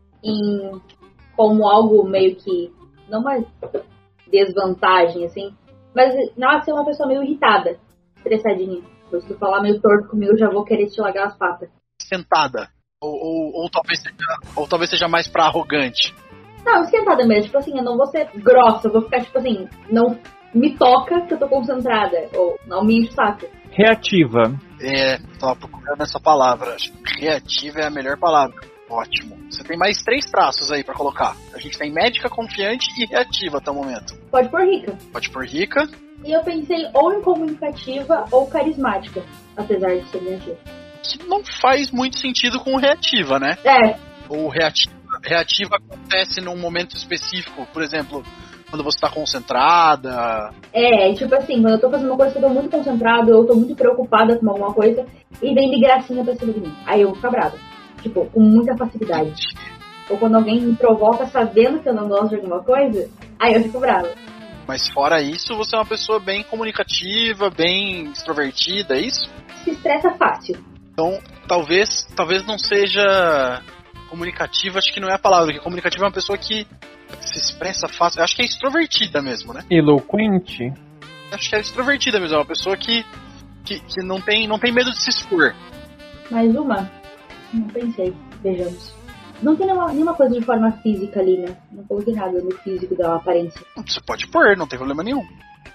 em como algo meio que, não uma desvantagem, assim, mas ser uma pessoa meio irritada, estressadinha. Se tu falar meio torto comigo, eu já vou querer te largar as patas. Sentada. Ou talvez seja mais pra arrogante. Não, esquentada mesmo. Tipo assim, eu não vou ser grossa, eu vou ficar tipo assim, não me toca que eu tô concentrada. Ou não me enche o saco. Reativa. Tava procurando essa palavra. Acho que reativa é a melhor palavra. Ótimo. Você tem mais 3 traços aí pra colocar. A gente tem médica, confiante e reativa até o momento. Pode pôr rica. Pode pôr rica. E eu pensei ou em comunicativa ou carismática, apesar de ser reativa. Que não faz muito sentido com reativa, né? É. Ou reativa acontece num momento específico, por exemplo, quando você tá concentrada. Tipo assim, quando eu tô fazendo uma coisa que eu tô muito concentrada, ou eu tô muito preocupada com alguma coisa, e vem de gracinha pra cima de mim. Aí eu vou ficar brava. Tipo, com muita facilidade. Ou quando alguém me provoca sabendo que eu não gosto de alguma coisa, aí eu fico brava. Mas fora isso, você é uma pessoa bem comunicativa, bem extrovertida, é isso? Se estressa fácil. Então, talvez não seja comunicativa, acho que não é a palavra, porque comunicativa é uma pessoa que se expressa fácil. Eu acho que é extrovertida mesmo, né? Eloquente? Acho que é extrovertida mesmo, é uma pessoa que não tem medo de se expor. Mais uma? Não pensei, vejamos. Não tem nenhuma coisa de forma física ali, né? Não coloquei nada no físico da aparência. Você pode pôr, não tem problema nenhum.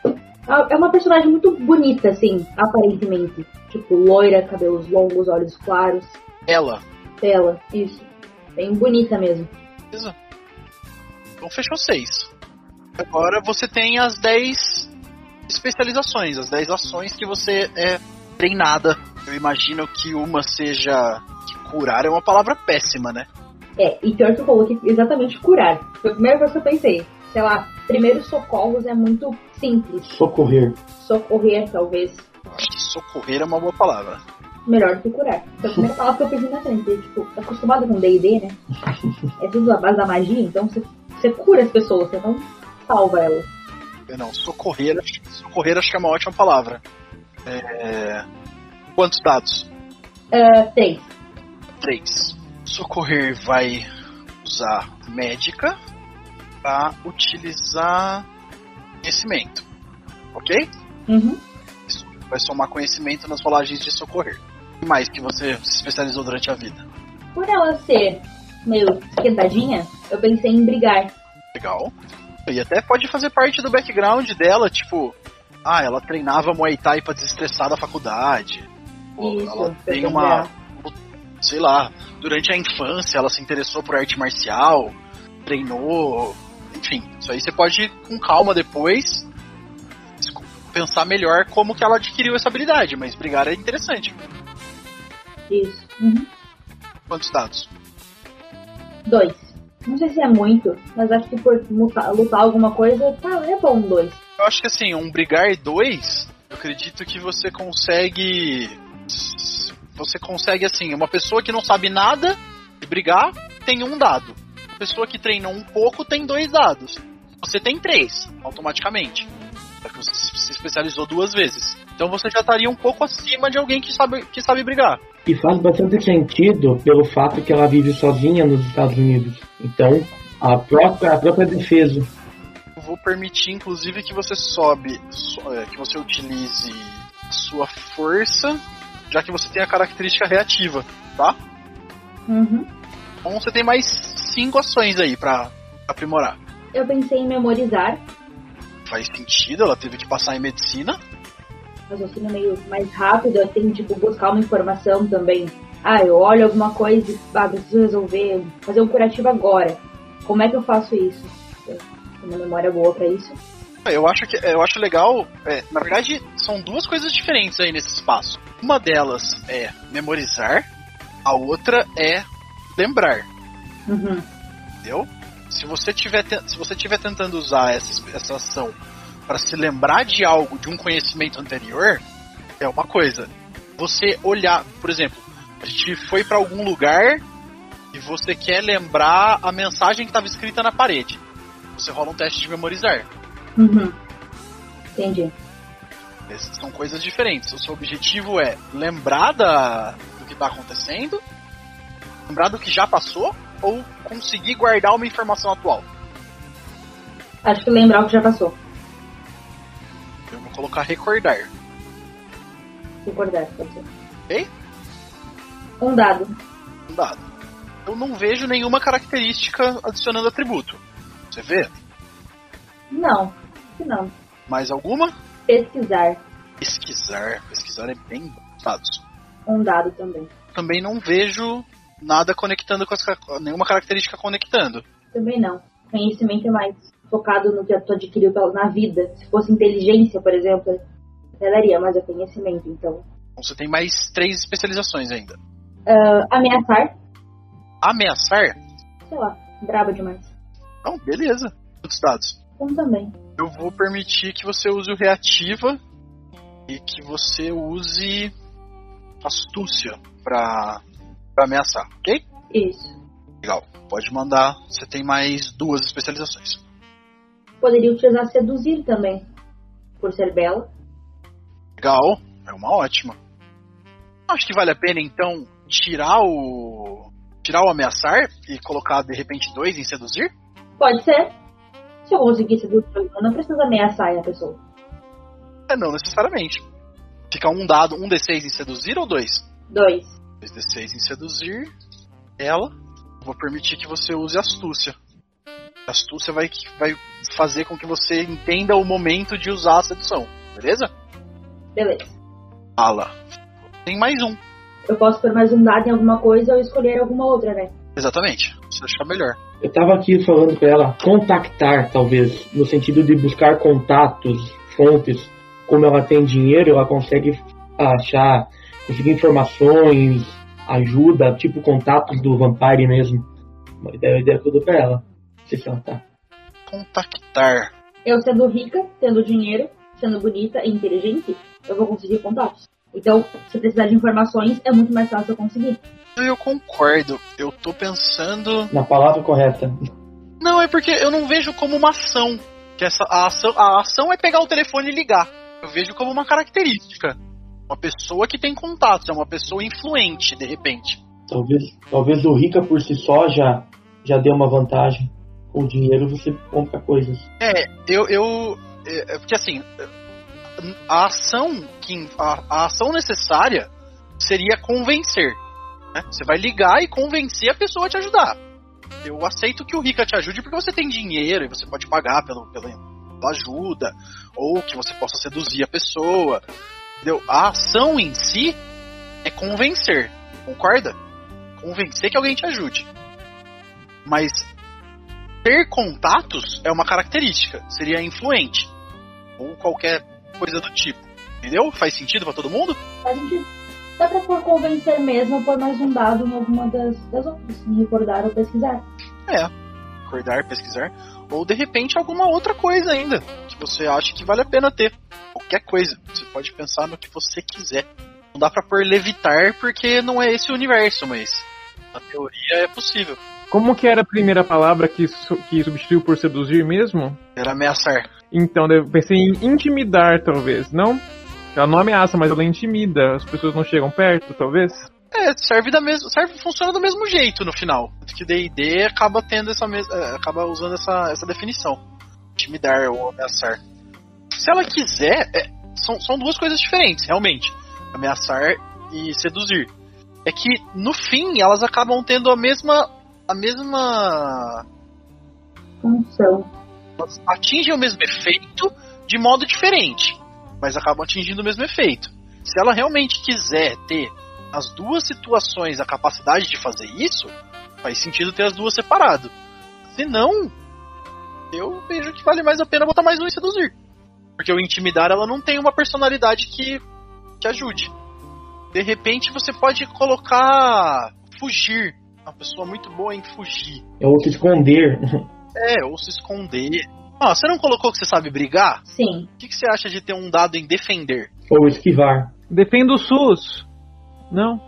É uma personagem muito bonita, assim, aparentemente. Tipo, loira, cabelos longos, olhos claros. Ela, isso. Bem bonita mesmo. beleza. Então fechou 6. Agora você tem as 10 especializações, as 10 ações que você é treinada. Eu imagino que uma seja... Curar é uma palavra péssima, né? E pior que eu coloquei exatamente curar. Foi a primeira coisa que eu pensei. Sei lá, primeiros socorros é muito simples. Socorrer, talvez. Acho que socorrer é uma boa palavra. Melhor do que curar. Foi a primeira palavra que eu pensei na frente. Tipo, acostumado com D&D, né? É tudo a base da magia, então você cura as pessoas, você não salva elas. Não, socorrer acho que é uma ótima palavra. Quantos dados? 3. Socorrer vai usar médica para utilizar conhecimento, ok? Uhum. Isso vai somar conhecimento nas rolagens de socorrer. O que mais que você se especializou durante a vida? Por ela ser meio esquentadinha, eu pensei em brigar. Legal. E até pode fazer parte do background dela, tipo... ela treinava Muay Thai pra desestressar da faculdade. Isso, ela tem uma... Sei lá, durante a infância ela se interessou por arte marcial, treinou, enfim, isso aí você pode ir com calma depois pensar melhor como que ela adquiriu essa habilidade, mas brigar é interessante. Isso. Uhum. Quantos dados? 2. Não sei se é muito, mas acho que por lutar alguma coisa, é bom 2. Eu acho que assim, um brigar 2, eu acredito que você consegue você consegue assim, uma pessoa que não sabe nada de brigar tem 1 dado. Uma pessoa que treinou um pouco tem 2 dados. Você tem 3, automaticamente. Porque você se especializou 2 vezes. Então você já estaria um pouco acima de alguém que sabe brigar. E faz bastante sentido pelo fato que ela vive sozinha nos Estados Unidos. Então, a própria defesa. Eu vou permitir, inclusive, que você que você utilize sua força, já que você tem a característica reativa, tá? Uhum. Então você tem mais 5 ações aí pra aprimorar. Eu pensei em memorizar, Faz sentido, ela teve que passar em medicina. raciocínio meio mais rápido, eu tenho tipo buscar uma informação também. Eu olho alguma coisa e preciso resolver, fazer um curativo agora. Como é que eu faço isso? Eu tenho uma memória boa pra isso. Eu acho legal, na verdade são 2 coisas diferentes aí nesse espaço. Uma delas é memorizar, a outra é lembrar. Uhum. Entendeu? Se você estiver tentando usar essa ação para se lembrar de algo, de um conhecimento anterior, é uma coisa. Você olhar, por exemplo, a gente foi para algum lugar e você quer lembrar a mensagem que estava escrita na parede. Você rola um teste de memorizar. Uhum. Entendi. Essas são coisas diferentes. O seu objetivo é lembrar do que está acontecendo, lembrar do que já passou, ou conseguir guardar uma informação atual. Acho que lembrar o que já passou. Eu vou colocar recordar. Recordar, pode ser. Ok? Um dado. Um dado. Eu não vejo nenhuma característica adicionando atributo. Você vê? Não. Não. Mais alguma? Pesquisar. Pesquisar é bem dados. Um dado também. Também não vejo nada conectando com nenhuma característica conectando. Também não. Conhecimento é mais focado no que tu adquiriu na vida. Se fosse inteligência, por exemplo, até daria, mas é conhecimento, então. Então você tem mais 3 especializações ainda. Ameaçar. Ameaçar? Sei lá, braba demais. Não, beleza. Outros dados. Um também. Eu vou permitir que você use o reativa e que você use astúcia pra ameaçar, ok? Isso. Legal. Pode mandar. Você tem mais 2 especializações. Poderia utilizar seduzir também, por ser bela. Legal. É uma ótima. Acho que vale a pena, então, tirar o ameaçar e colocar, de repente, 2 em seduzir? Pode ser. Se eu conseguir seduzir, eu não preciso ameaçar a pessoa. Não necessariamente. Fica um dado, um D6 em seduzir ou 2? 2. 2d6 em seduzir ela. Vou permitir que você use astúcia. A astúcia vai fazer com que você entenda o momento de usar a sedução. Beleza? Beleza. Fala. Tem mais um. Eu posso pôr mais um dado em alguma coisa ou escolher alguma outra, né? Exatamente. Você achar melhor. Eu tava aqui falando pra ela contactar, talvez, no sentido de buscar contatos, fontes. Como ela tem dinheiro, ela consegue conseguir informações, ajuda, tipo contatos do Vampire mesmo. Uma ideia toda pra ela. Não sei se ela tá. Contactar. Eu sendo rica, tendo dinheiro, sendo bonita e inteligente, eu vou conseguir contatos. Então, se precisar de informações, é muito mais fácil eu conseguir. Eu concordo. Eu tô pensando... Na palavra correta. Não, é porque eu não vejo como uma ação. Que a ação é pegar o telefone e ligar. Eu vejo como uma característica. Uma pessoa que tem contatos, é uma pessoa influente, de repente. Talvez o rica por si só já dê uma vantagem. Com o dinheiro você compra coisas. Porque assim, a ação necessária seria convencer. Né? Você vai ligar e convencer a pessoa a te ajudar. Eu aceito que o rica te ajude porque você tem dinheiro e você pode pagar pela ajuda, ou que você possa seduzir a pessoa. Entendeu? A ação em si é convencer, concorda? Convencer que alguém te ajude. Mas ter contatos é uma característica, seria influente, ou qualquer coisa do tipo. Entendeu? Faz sentido pra todo mundo? Faz sentido. Dá pra por convencer mesmo, pôr mais um dado em alguma das outras, recordar ou pesquisar. Recordar, pesquisar, ou de repente alguma outra coisa ainda, que você acha que vale a pena ter. Qualquer coisa, você pode pensar no que você quiser. Não dá pra pôr levitar porque não é esse o universo, mas na teoria é possível. Como que era a primeira palavra que substituiu por seduzir mesmo? Era ameaçar. Então, eu pensei em intimidar, talvez, não? Ela não ameaça, mas ela intimida. As pessoas não chegam perto, talvez? Funciona do mesmo jeito no final. Que D&D acaba tendo acaba usando essa definição. Intimidar ou ameaçar. Se ela quiser, são duas coisas diferentes, realmente. Ameaçar e seduzir. É que, no fim, elas acabam tendo a mesma função. Elas atingem o mesmo efeito de modo diferente, mas acabam atingindo o mesmo efeito. Se ela realmente quiser ter as duas situações a capacidade de fazer isso, faz sentido ter as duas separado. Se não, eu vejo que vale mais a pena botar mais um em seduzir. Porque o intimidar, ela não tem uma personalidade que ajude. De repente você pode colocar fugir. Uma pessoa muito boa em fugir. Ou se esconder. Ou se esconder. Você não colocou que você sabe brigar? Sim. O que você acha de ter um dado em defender? Ou esquivar. Defenda o SUS. Não?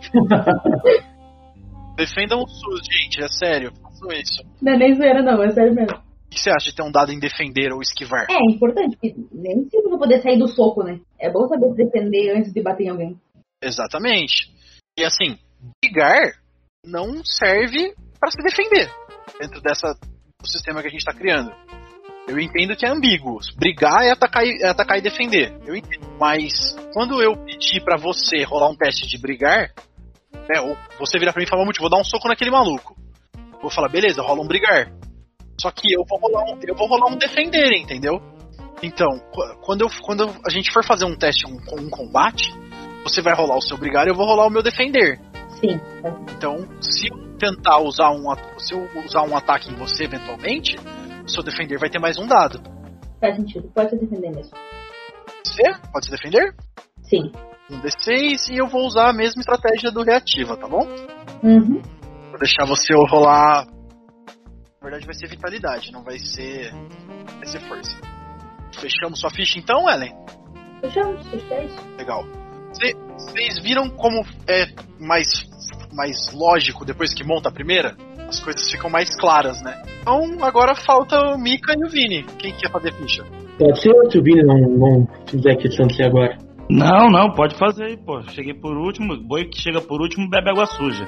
Defendam o SUS, gente, é sério. Façam isso. Não é nem zoeira, não, é sério mesmo. O que você acha de ter um dado em defender ou esquivar? É importante, porque nem sempre vou poder sair do soco, né? É bom saber se defender antes de bater em alguém. Exatamente. E assim, brigar não serve para se defender dentro do sistema que a gente está criando. Eu entendo que é ambíguo. Brigar é atacar e defender. Eu entendo. Mas quando eu pedir para você rolar um teste de brigar, ou você virar para mim e falar, vou dar um soco naquele maluco. Eu vou falar, beleza, rola um brigar. Só que eu vou rolar um defender, entendeu? Então, quando a gente for fazer um teste, um combate, você vai rolar o seu brigar e eu vou rolar o meu defender. Sim. Então, se eu tentar usar um ataque em você eventualmente, o seu defender vai ter mais um dado. Faz sentido, pode se defender mesmo. Você pode se defender? Sim. Um D6 e eu vou usar a mesma estratégia do reativa, tá bom? Uhum. Vou deixar você rolar. Na verdade vai ser vitalidade, não vai ser força. Fechamos sua ficha então, Ellen? Fechamos. Legal. Vocês viram como é mais lógico depois que monta a primeira? As coisas ficam mais claras, né? Então agora falta o Mika e o Vini. Quem quer fazer ficha? Pode ser se o Vini não fizer questão de ser agora. Não, pode fazer aí, pô. Cheguei por último, boi que chega por último bebe água suja.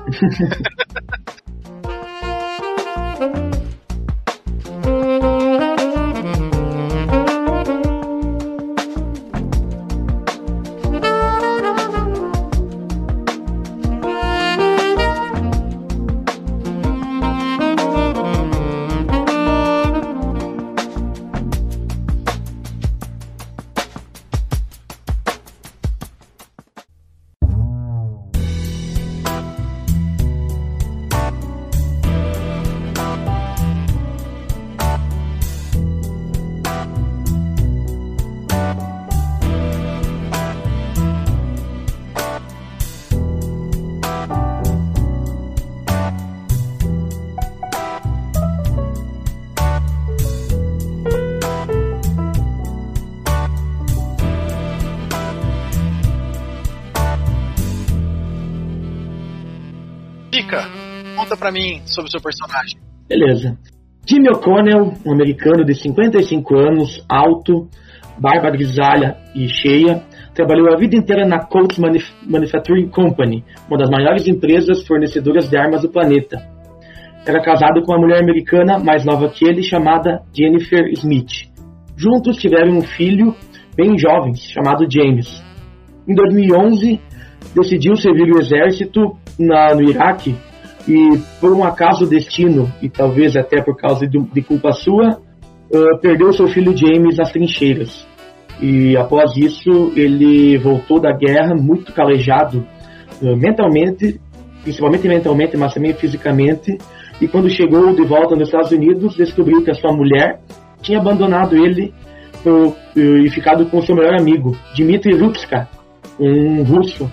Mika, conta pra mim sobre o seu personagem. Beleza. Jimmy O'Connell, um americano de 55 anos, alto, barba grisalha e cheia, trabalhou a vida inteira na Colt Manufacturing Company, uma das maiores empresas fornecedoras de armas do planeta. Era casado com uma mulher americana mais nova que ele, chamada Jennifer Smith. Juntos tiveram um filho bem jovem, chamado James. Em 2011, decidiu servir o exército no Iraque e, por um acaso destino, e talvez até por causa de culpa sua, perdeu seu filho James nas trincheiras. E após isso, ele voltou da guerra muito calejado, mentalmente, principalmente mentalmente, mas também fisicamente. E quando chegou de volta nos Estados Unidos, descobriu que a sua mulher tinha abandonado ele e ficado com seu melhor amigo, Dmitry Rutska, um russo.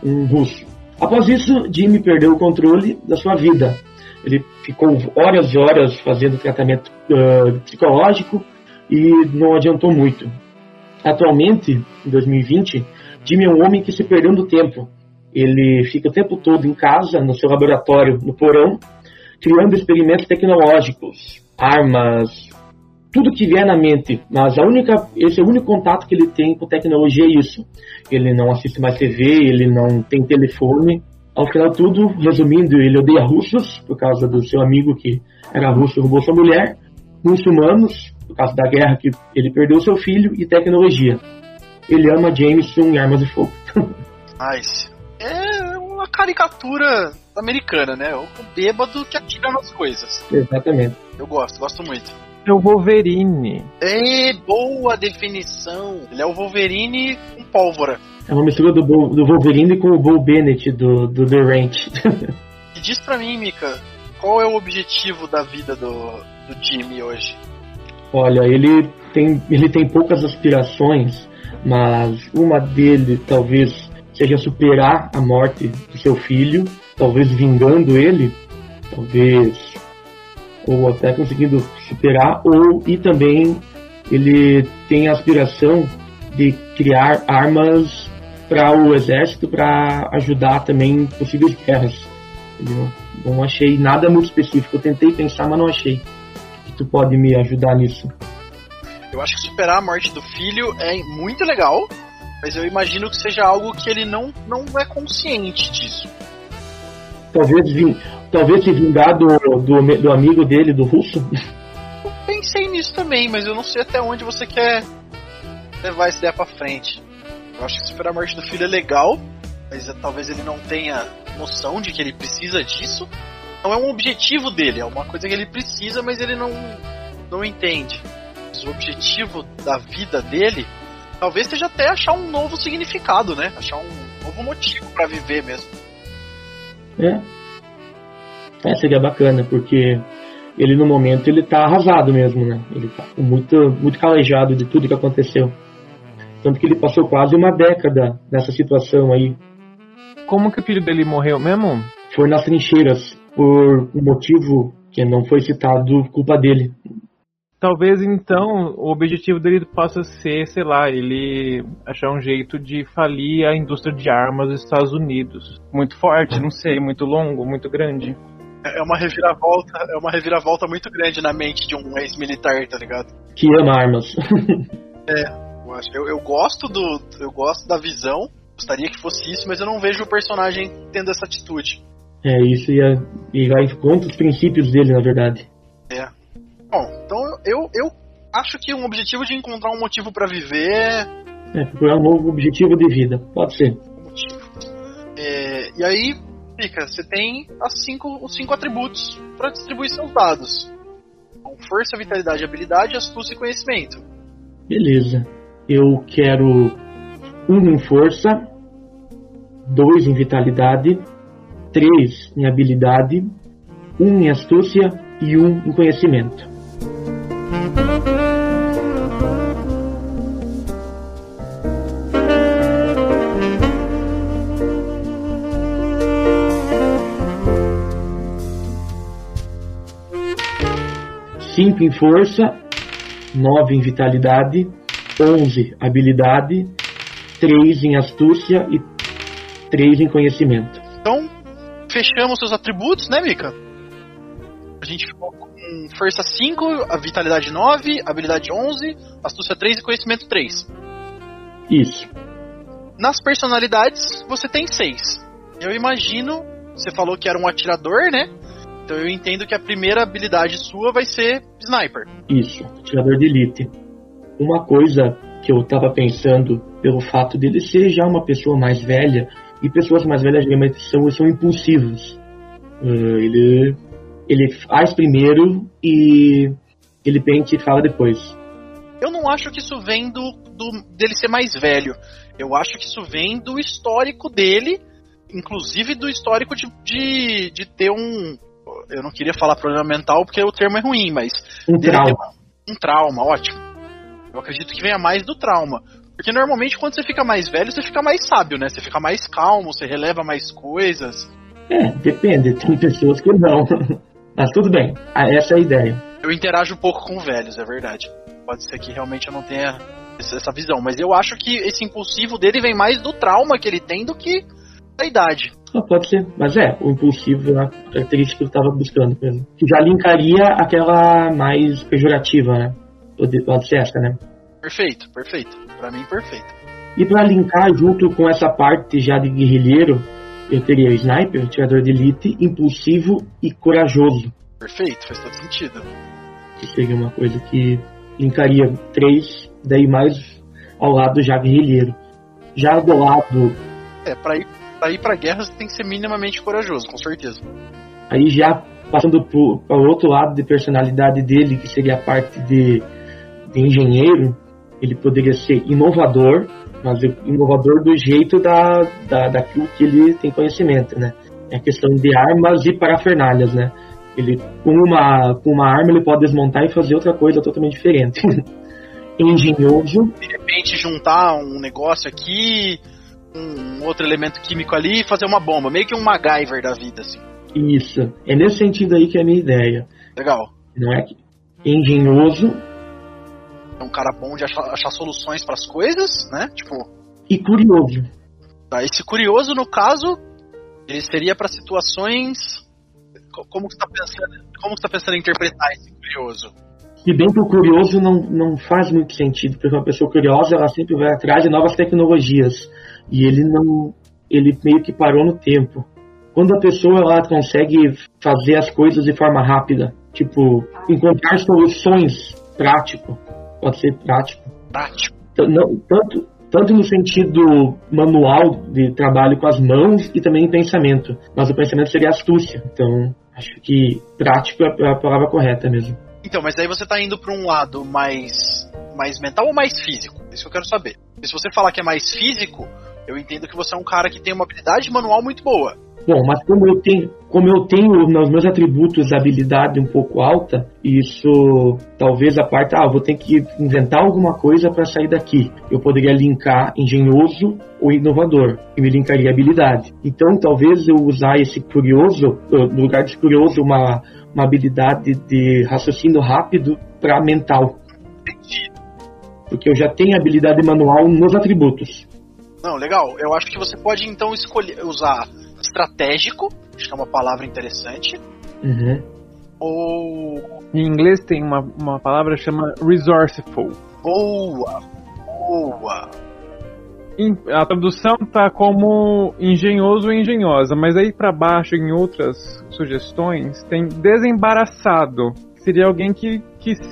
Após isso, Jimmy perdeu o controle da sua vida. Ele ficou horas e horas fazendo tratamento psicológico e não adiantou muito. Atualmente, em 2020, Jimmy é um homem que se perdeu no tempo. Ele fica o tempo todo em casa, no seu laboratório, no porão, criando experimentos tecnológicos, armas, tudo que vier na mente. Mas esse é o único contato que ele tem com tecnologia, é isso. Ele não assiste mais TV, ele não tem telefone. Ao final tudo, resumindo, ele odeia russos, por causa do seu amigo que era russo e roubou sua mulher, muçulmanos, por causa da guerra que ele perdeu seu filho, e tecnologia. Ele ama Jameson e armas de fogo. Mas é uma caricatura americana, né? O bêbado que atira nas coisas. Exatamente. Eu gosto muito. É o Wolverine. É, boa definição. Ele é o Wolverine com pólvora. É uma mistura do Wolverine com o Bo Bennett do The Ranch. E diz pra mim, Mika, qual é o objetivo da vida do Jimmy hoje? Olha, ele tem poucas aspirações, mas uma dele talvez seja superar a morte do seu filho, talvez vingando ele, talvez, ou até conseguindo superar, e também ele tem a aspiração de criar armas para o exército, para ajudar também em possíveis guerras. Eu não achei nada muito específico, eu tentei pensar, mas não achei. Que tu pode me ajudar nisso? Eu acho que superar a morte do filho é muito legal, mas eu imagino que seja algo que ele não é consciente disso. Talvez se vingar do amigo dele, do russo? Eu pensei nisso também, mas eu não sei até onde você quer levar essa ideia pra frente. Eu acho que superar a morte do filho é legal, mas talvez ele não tenha noção de que ele precisa disso. Não é um objetivo dele, é uma coisa que ele precisa, mas ele não entende. Mas o objetivo da vida dele talvez seja até achar um novo significado, né? Achar um novo motivo pra viver mesmo. Seria bacana, porque ele no momento ele tá arrasado mesmo, né? Ele tá muito calejado de tudo que aconteceu. Tanto que ele passou quase uma década nessa situação aí. Como que o filho dele morreu mesmo? Foi nas trincheiras, por um motivo que não foi citado, culpa dele. Talvez então o objetivo dele possa ser, sei lá, ele achar um jeito de falir a indústria de armas dos Estados Unidos. Muito forte, não sei, muito longo, muito grande. É uma reviravolta muito grande na mente de um ex-militar, tá ligado? Que ama armas. Eu gosto da visão, gostaria que fosse isso, mas eu não vejo o personagem tendo essa atitude. Isso e vai contra os princípios dele, na verdade. Bom, então eu acho que um objetivo de encontrar um motivo pra viver procurar um novo objetivo de vida, pode ser. E aí, Mika, você tem os 5 atributos pra distribuir seus dados. Então, força, vitalidade, habilidade, astúcia e conhecimento. Beleza. Eu quero 1 em força, 2 em vitalidade, 3 em habilidade, 1 em astúcia e 1 em conhecimento. Cinco em força, 9 em vitalidade, 11 habilidade, 3 em astúcia e 3 em conhecimento. Então, fechamos seus atributos, né, Mika? A gente ficou com força 5, a vitalidade 9, habilidade 11, astúcia 3 e conhecimento 3. Isso. Nas personalidades, você tem 6. Eu imagino, você falou que era um atirador, né? Então eu entendo que a primeira habilidade sua vai ser sniper. Isso, atirador de elite. Uma coisa que eu tava pensando, pelo fato dele ser já uma pessoa mais velha, e pessoas mais velhas geralmente são impulsivos. Ele faz primeiro e ele pensa e fala depois. Eu não acho que isso vem dele ser mais velho. Eu acho que isso vem do histórico dele, inclusive do histórico de ter um... Eu não queria falar problema mental porque o termo é ruim, mas... Um trauma. Um trauma, ótimo. Eu acredito que venha mais do trauma. Porque normalmente quando você fica mais velho, você fica mais sábio, né? Você fica mais calmo, você releva mais coisas. Depende. Tem pessoas que não. Mas tudo bem, essa é a ideia. Eu interajo um pouco com velhos, é verdade. Pode ser que realmente eu não tenha essa visão. Mas eu acho que esse impulsivo dele vem mais do trauma que ele tem do que da idade. Pode ser, mas o impulsivo é a característica que eu estava buscando mesmo. Que já linkaria aquela mais pejorativa, né? Pode ser essa, né? Perfeito. Pra mim, perfeito. E pra linkar junto com essa parte já de guerrilheiro, eu teria o sniper, o atirador de elite, impulsivo e corajoso. Perfeito, faz todo sentido. Que seria uma coisa que linkaria 3, daí mais ao lado já guerrilheiro. Já do lado... Pra ir pra guerra você tem que ser minimamente corajoso, com certeza. Aí já passando para o outro lado de personalidade dele, que seria a parte de engenheiro, ele poderia ser inovador, mas inovador do jeito daquilo que ele tem conhecimento, né? É a questão de armas e parafernálias, né? Ele, com uma arma, ele pode desmontar e fazer outra coisa totalmente diferente. Engenhoso. De repente juntar um negócio aqui, um outro elemento químico ali e fazer uma bomba. Meio que um MacGyver da vida, assim. Isso. É nesse sentido aí que é a minha ideia. Legal. Não é? Engenhoso. É um cara bom de achar soluções para as coisas, né? Tipo... E curioso. Tá, esse curioso, no caso, ele seria para situações... Como que você tá pensando em interpretar esse curioso? Se bem que o curioso não faz muito sentido, porque uma pessoa curiosa, ela sempre vai atrás de novas tecnologias. E ele meio que parou no tempo. Quando a pessoa ela consegue fazer as coisas de forma rápida, tipo, encontrar soluções prático, pode ser prático. Tanto no sentido manual de trabalho com as mãos e também em pensamento. Mas o pensamento seria astúcia. Então, acho que prático é a palavra correta mesmo. Então, mas aí você tá indo para um lado mais mental ou mais físico? Isso que eu quero saber. E se você falar que é mais físico, eu entendo que você é um cara que tem uma habilidade manual muito boa. Bom, mas como eu tenho nos meus atributos a habilidade um pouco alta, isso talvez a parte, vou ter que inventar alguma coisa para sair daqui. Eu poderia linkar engenhoso ou inovador, e me linkaria a habilidade. Então talvez eu usar esse curioso, no lugar de curioso, uma habilidade de raciocínio rápido para mental. Entendi. Porque eu já tenho habilidade manual nos atributos. Não, legal. Eu acho que você pode então usar estratégico, acho que é uma palavra interessante. Uhum. Ou... Em inglês tem uma palavra que chama resourceful. Boa. A tradução tá como engenhoso ou engenhosa, mas aí pra baixo em outras sugestões tem desembaraçado, que seria alguém que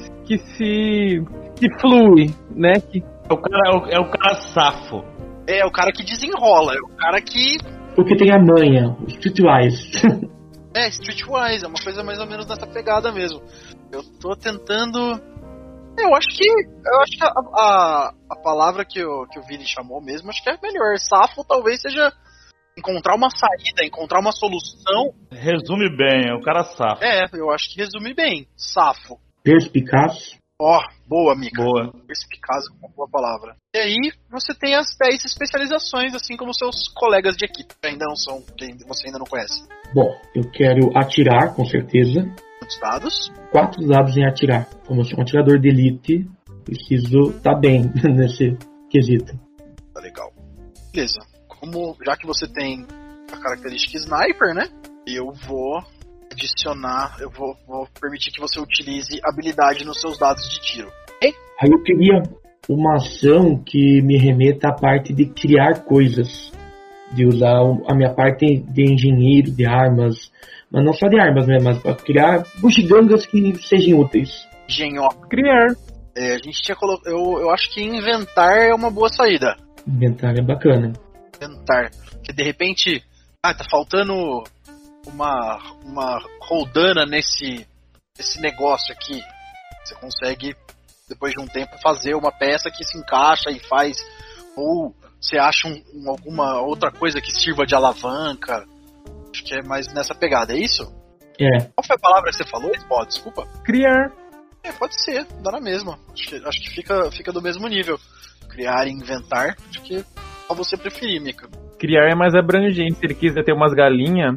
flui, né? É o cara safo. É o cara que desenrola, é o cara que... Porque tem a manha, o streetwise. Streetwise, é uma coisa mais ou menos dessa pegada mesmo. Eu tô tentando... Eu acho que a palavra que o Vini chamou mesmo, acho que é melhor. Safo talvez seja encontrar uma saída, encontrar uma solução. Resume bem, é o cara safo. Eu acho que resume bem. Safo. Perspicaz. Boa, Mika. Boa. Perspicaz é uma boa palavra. E aí, você tem as 10 especializações, assim como seus colegas de equipe, que ainda não são, que você ainda não conhece. Bom, eu quero atirar, com certeza. Quantos dados? 4 dados em atirar. Como eu sou um atirador de elite, preciso estar bem nesse quesito. Tá legal. Beleza. Já que você tem a característica sniper, né? Eu vou adicionar, eu vou permitir que você utilize habilidade nos seus dados de tiro. Aí eu queria uma ação que me remeta à parte de criar coisas, de usar a minha parte de engenheiro, de armas, mas não só de armas, né, mas para criar bugigangas que sejam úteis. Engenho. Criar. A gente tinha colocado, eu acho que inventar é uma boa saída. Inventar é bacana. Inventar, porque de repente, tá faltando uma roldana nesse negócio aqui. Você consegue, depois de um tempo, fazer uma peça que se encaixa e faz. Ou você acha alguma outra coisa que sirva de alavanca. Acho que é mais nessa pegada, é isso? É. Qual foi a palavra que você falou, Spot? Desculpa. Criar. Pode ser, dá na mesma. Acho que fica do mesmo nível. Criar e inventar, acho que só você preferir, Mika. Criar é mais abrangente. Se ele quiser ter umas galinhas...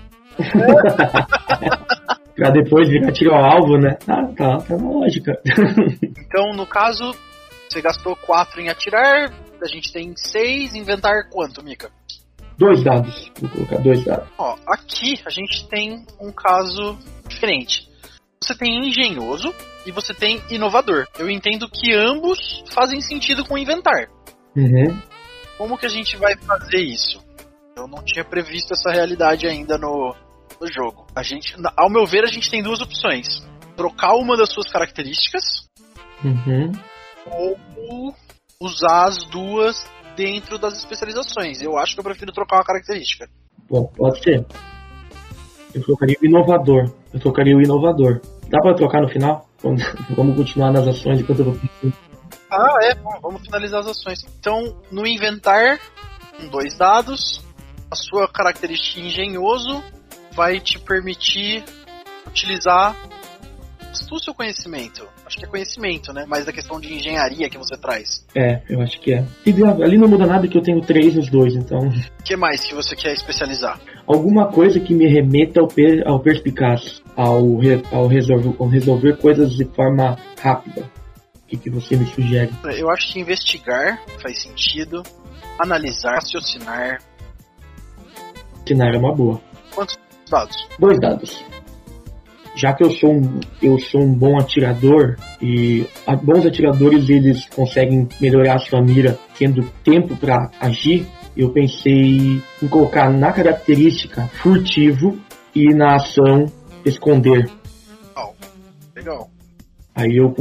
Pra depois virar tiro ao alvo, né? Tá na lógica. Então, no caso, Você gastou 4 em atirar, a gente tem 6. Inventar quanto, Mika? 2 dados. Vou colocar 2 dados. Ó, aqui a gente tem um caso diferente. Você tem engenhoso e você tem inovador. Eu entendo que ambos fazem sentido com inventar. Uhum. Como que a gente vai fazer isso? Eu não tinha previsto essa realidade ainda no jogo. Ao meu ver, a gente tem 2 opções. Trocar uma das suas características ou usar as 2 dentro das especializações. Eu acho que eu prefiro trocar uma característica. Bom, pode ser. Eu trocaria o inovador. Dá pra trocar no final? Vamos continuar nas ações enquanto eu vou... Bom, vamos finalizar as ações. Então, no inventar, com 2 dados, a sua característica engenhoso vai te permitir utilizar astúcia ou conhecimento? Acho que é conhecimento, né? Mais da questão de engenharia que você traz. Eu acho que é. E ali não muda nada que eu tenho 3 nos 2, então... O que mais que você quer especializar? Alguma coisa que me remeta ao perspicaz, ao resolver coisas de forma rápida. O que você me sugere? Eu acho que investigar faz sentido. Analisar, raciocinar. Raciocinar é uma boa. Quantos dados? 2 dados. Já que eu sou um bom atirador, e bons atiradores eles conseguem melhorar a sua mira tendo tempo para agir, eu pensei em colocar na característica furtivo e na ação esconder. Legal. Aí eu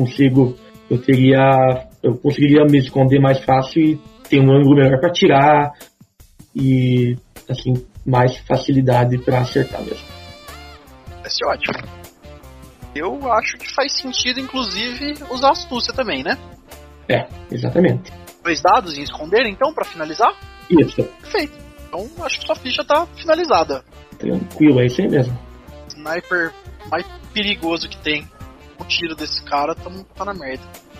conseguiria me esconder mais fácil e ter um ângulo melhor para atirar e assim mais facilidade para acertar mesmo. Parece ótimo. Eu acho que faz sentido, inclusive, usar astúcia também, né? Exatamente. 2 dados em esconder, então, pra finalizar? Isso. Perfeito. Então, acho que sua ficha tá finalizada. Tranquilo, é isso aí mesmo. Sniper mais perigoso que tem. O tiro desse cara tá na merda.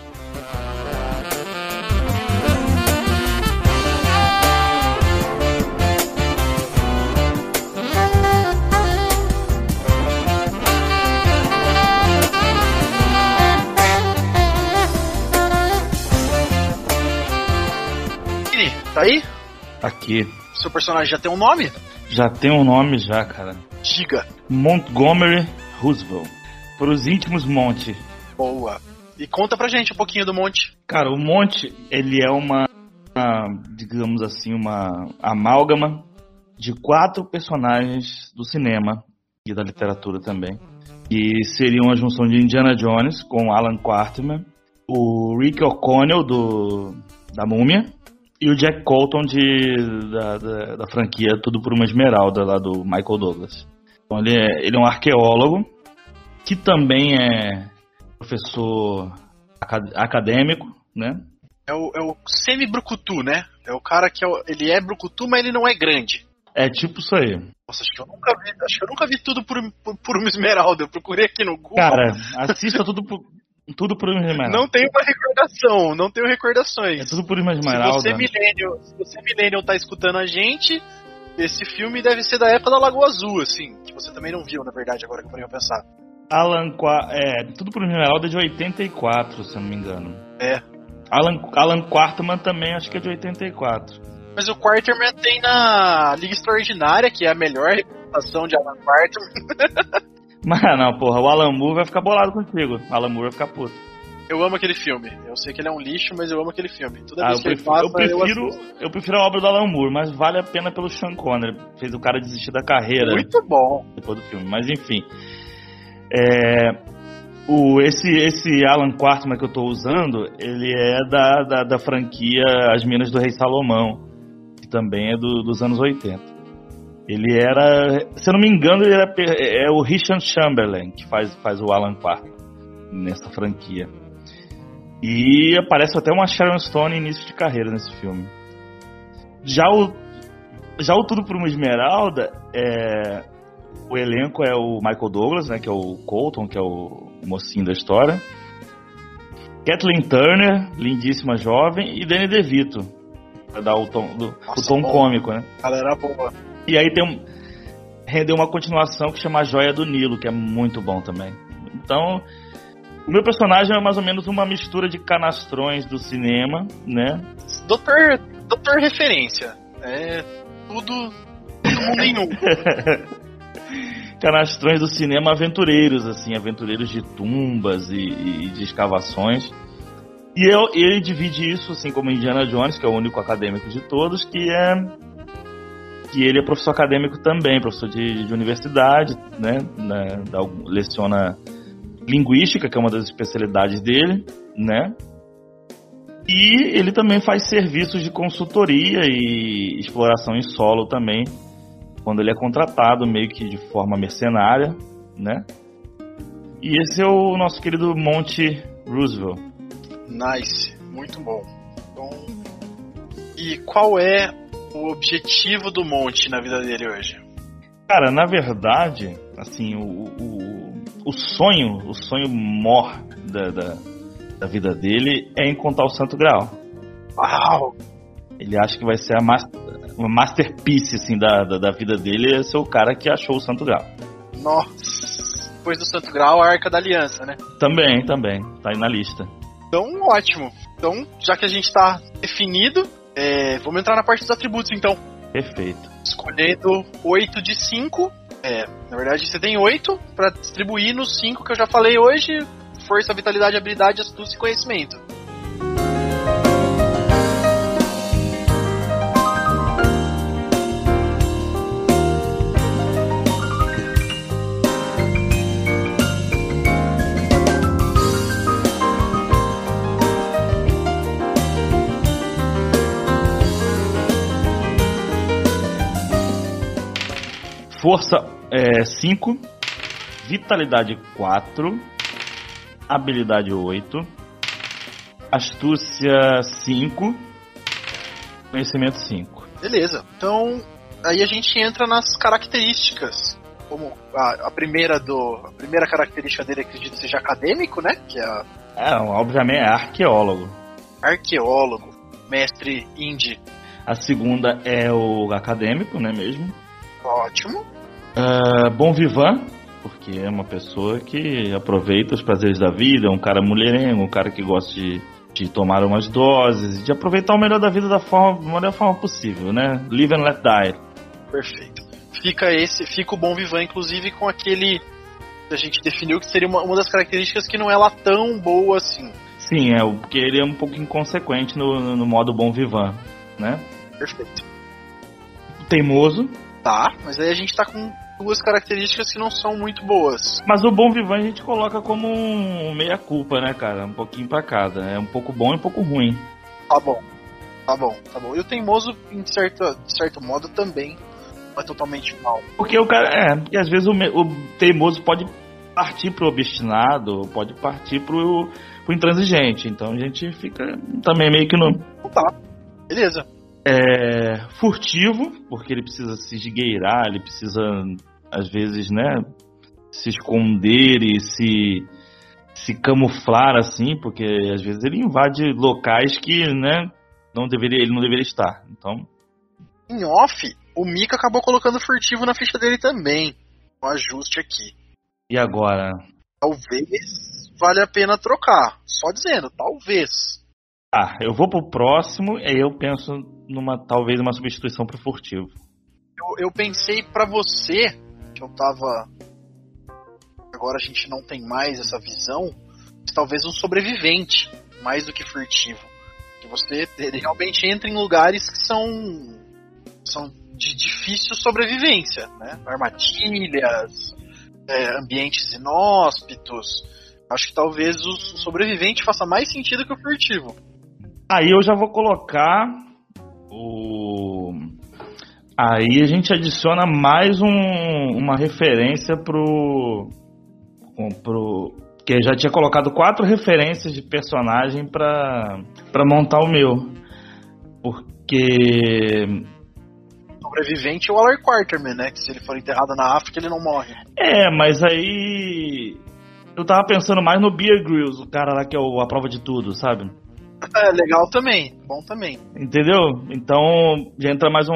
Tá aí? Aqui. Seu personagem já tem um nome? Já tem um nome já, cara. Diga. Montgomery Roosevelt. Para os íntimos, Monte. Boa. E conta pra gente um pouquinho do Monte. Cara, o Monte, ele é digamos assim, uma amálgama de 4 personagens do cinema e da literatura também. Que seriam a junção de Indiana Jones com Alan Quarterman, o Rick O'Connell da Múmia, e o Jack Colton da franquia Tudo por uma Esmeralda, lá do Michael Douglas. Então ele é um arqueólogo, que também é professor acadêmico, né? É o semi-brucutu, né? É o cara que ele é brucutu, mas ele não é grande. É tipo isso aí. Nossa, acho que eu nunca vi Tudo por uma Esmeralda. Eu procurei aqui no Google. Cara, assista Tudo por uma Esmeralda. Não tenho uma recordação, não tenho recordações. É Tudo por uma Esmeralda. Se você millennial tá escutando a gente, esse filme deve ser da época da Lagoa Azul, assim, que você também não viu, na verdade, agora que eu parei a pensar. Tudo por uma Esmeralda é de 84, se eu não me engano. É. Alan Quarterman também, acho que é de 84. Mas o Quarterman tem na Liga Extraordinária, que é a melhor representação de Alan Quarterman. Mas não, porra, o Alan Moore vai ficar bolado contigo. O Alan Moore vai ficar puto. Eu amo aquele filme. Eu sei que ele é um lixo, mas eu amo aquele filme. Toda vez que eu prefiro a obra do Alan Moore, mas vale a pena pelo Sean Connery. Fez o cara desistir da carreira. Muito bom. Depois do filme, mas enfim. Esse Alan Quarterman que eu tô usando, ele é da franquia As Minas do Rei Salomão, que também é dos anos 80. Ele era, se eu não me engano, é o Richard Chamberlain que faz o Alan Quarterman nessa franquia. E aparece até uma Sharon Stone início de carreira nesse filme. Já o Tudo por uma Esmeralda, o elenco é o Michael Douglas, né, que é o Colton, que é o mocinho da história, Kathleen Turner, lindíssima jovem, e Danny DeVito, pra dar o tom cômico, né? Galera boa. E aí rendeu uma continuação que chama A Joia do Nilo, que é muito bom também. Então, O meu personagem é mais ou menos uma mistura de canastrões do cinema, né? Doutor Referência. É tudo mundo em um. Canastrões do cinema aventureiros, assim, aventureiros de tumbas e de escavações. E ele divide isso, assim, como Indiana Jones, que é o único acadêmico de todos, que ele é professor acadêmico também, professor de universidade, né? Leciona linguística, que é uma das especialidades dele, né? E ele também faz serviços de consultoria e exploração em solo também, quando ele é contratado meio que de forma mercenária, né? E esse é o nosso querido Monty Roosevelt. Nice, muito bom. Então, e qual é o objetivo do Monty na vida dele hoje? Cara, na verdade, assim, o sonho mor da vida dele é encontrar o Santo Graal. Uau! Ele acha que vai ser uma masterpiece, assim, da vida dele, é ser o cara que achou o Santo Graal. Nossa! Depois do Santo Graal, a Arca da Aliança, né? Também, tá aí na lista. Então, ótimo. Então, já que a gente tá definido, vamos entrar na parte dos atributos, então. Perfeito. Escolhendo 8 de 5. Na verdade, você tem 8 para distribuir nos 5 que eu já falei hoje. Força, vitalidade, habilidade, astúcia e conhecimento. Força 5, vitalidade 4, habilidade 8, astúcia 5, conhecimento 5. Beleza, então aí a gente entra nas características. Como a primeira característica dele, acredito, seja acadêmico, né? Que obviamente é arqueólogo. Arqueólogo, mestre Indy. A segunda é o acadêmico, né mesmo? Ótimo. Bom vivant, porque é uma pessoa que aproveita os prazeres da vida, um cara mulherengo, um cara que gosta de tomar umas doses, de aproveitar o melhor da vida da melhor forma possível, né? Live and let die. Perfeito. Fica o bom vivant, inclusive, com aquele que a gente definiu que seria uma das características que não é lá tão boa assim. Sim, porque ele é um pouco inconsequente no modo bom vivant, né? Perfeito. Teimoso. Tá, mas aí a gente tá com duas características que não são muito boas. Mas o bom vivant a gente coloca como um meia culpa, né, cara? Um pouquinho pra cada. É um pouco bom e um pouco ruim. Tá bom. E o teimoso, de certo modo, também não é totalmente mal. Porque o cara. Porque às vezes o teimoso pode partir pro obstinado, pode partir pro intransigente. Então a gente fica também meio que no. Tá, beleza. Furtivo, porque ele precisa se esgueirar, ele precisa, às vezes, né, se esconder e se camuflar, assim, porque às vezes ele invade locais que, né, ele não deveria estar. Então, em off, o Mika acabou colocando furtivo na ficha dele também. Um ajuste aqui. E agora? Talvez valha a pena trocar. Só dizendo, talvez. Eu vou pro próximo e aí eu penso talvez uma substituição pro furtivo. Eu pensei pra você, que eu tava... Agora a gente não tem mais essa visão, mas talvez um sobrevivente, mais do que furtivo. Que você realmente entra em lugares que são de difícil sobrevivência, né? Armadilhas, ambientes inóspitos. Acho que talvez o sobrevivente faça mais sentido que o furtivo. Aí eu já vou colocar Aí a gente adiciona mais uma referência que eu já tinha colocado 4 referências de personagem pra montar o meu. Porque... sobrevivente é o Alar Quarterman, né? Que se ele for enterrado na África, ele não morre. Mas aí... eu tava pensando mais no Bear Grylls, o cara lá que é a prova de tudo, sabe? Legal também, bom também. Entendeu? Então já entra mais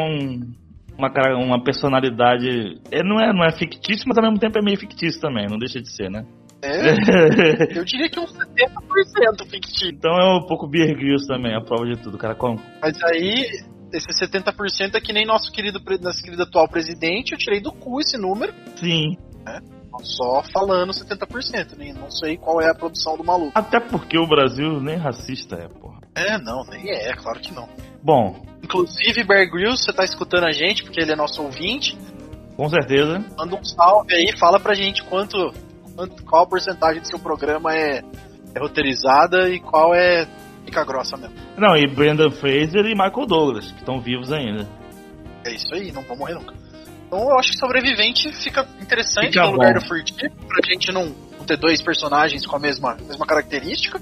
uma personalidade. Não é fictício, mas ao mesmo tempo é meio fictício também, não deixa de ser, né? Eu diria que uns 70% fictício. Então é um pouco Bear Grylls também, a prova de tudo. O cara como? Mas aí, esse 70% é que nem nosso querido atual presidente, eu tirei do cu esse número. Sim. Só falando 70%, né? Não sei qual é a produção do maluco. Até porque o Brasil nem racista é, porra. Não, nem é, claro que não. Bom. Inclusive, Bear Grylls, você tá escutando a gente, porque ele é nosso ouvinte. Com certeza. Manda um salve aí, fala pra gente qual a porcentagem do seu programa é roteirizada e qual é fica grossa mesmo. Não, e Brendan Fraser e Michael Douglas, que estão vivos ainda. É isso aí, não vão morrer nunca. Então eu acho que Sobrevivente fica interessante Fica no lugar bom. do Furtivo, pra gente não ter dois personagens com a mesma característica.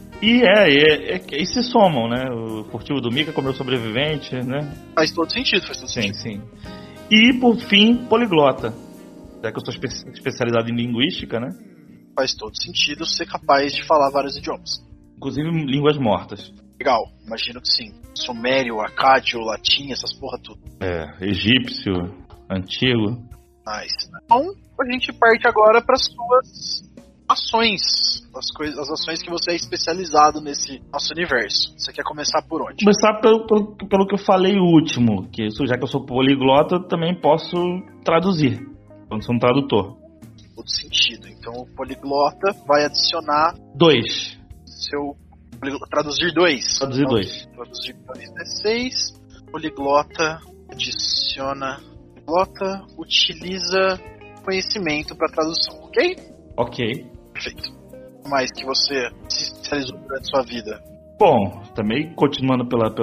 E se somam, né? O Furtivo do Mika como o Sobrevivente, né? Faz todo sentido, Sim, sim. E por fim, Poliglota. Já que eu sou especializado em linguística, né? Faz todo sentido ser capaz de falar vários idiomas. Inclusive línguas mortas. Legal, imagino que sim. Sumério, acádio, latim, essas porra tudo. Egípcio, antigo. Nice. Então, a gente parte agora para as suas ações. As ações que você é especializado nesse nosso universo. Você quer começar por onde? Começar pelo que eu falei último. Que já que eu sou poliglota, eu também posso traduzir. Eu sou um tradutor. Todo sentido. Então o poliglota vai adicionar 2. Traduzir 2. Traduzir 2. Traduzir 2 D6. Poliglota adiciona. Poliglota utiliza conhecimento para tradução, ok? Ok. Perfeito. O mais que você se especializou durante sua vida? Bom, também continuando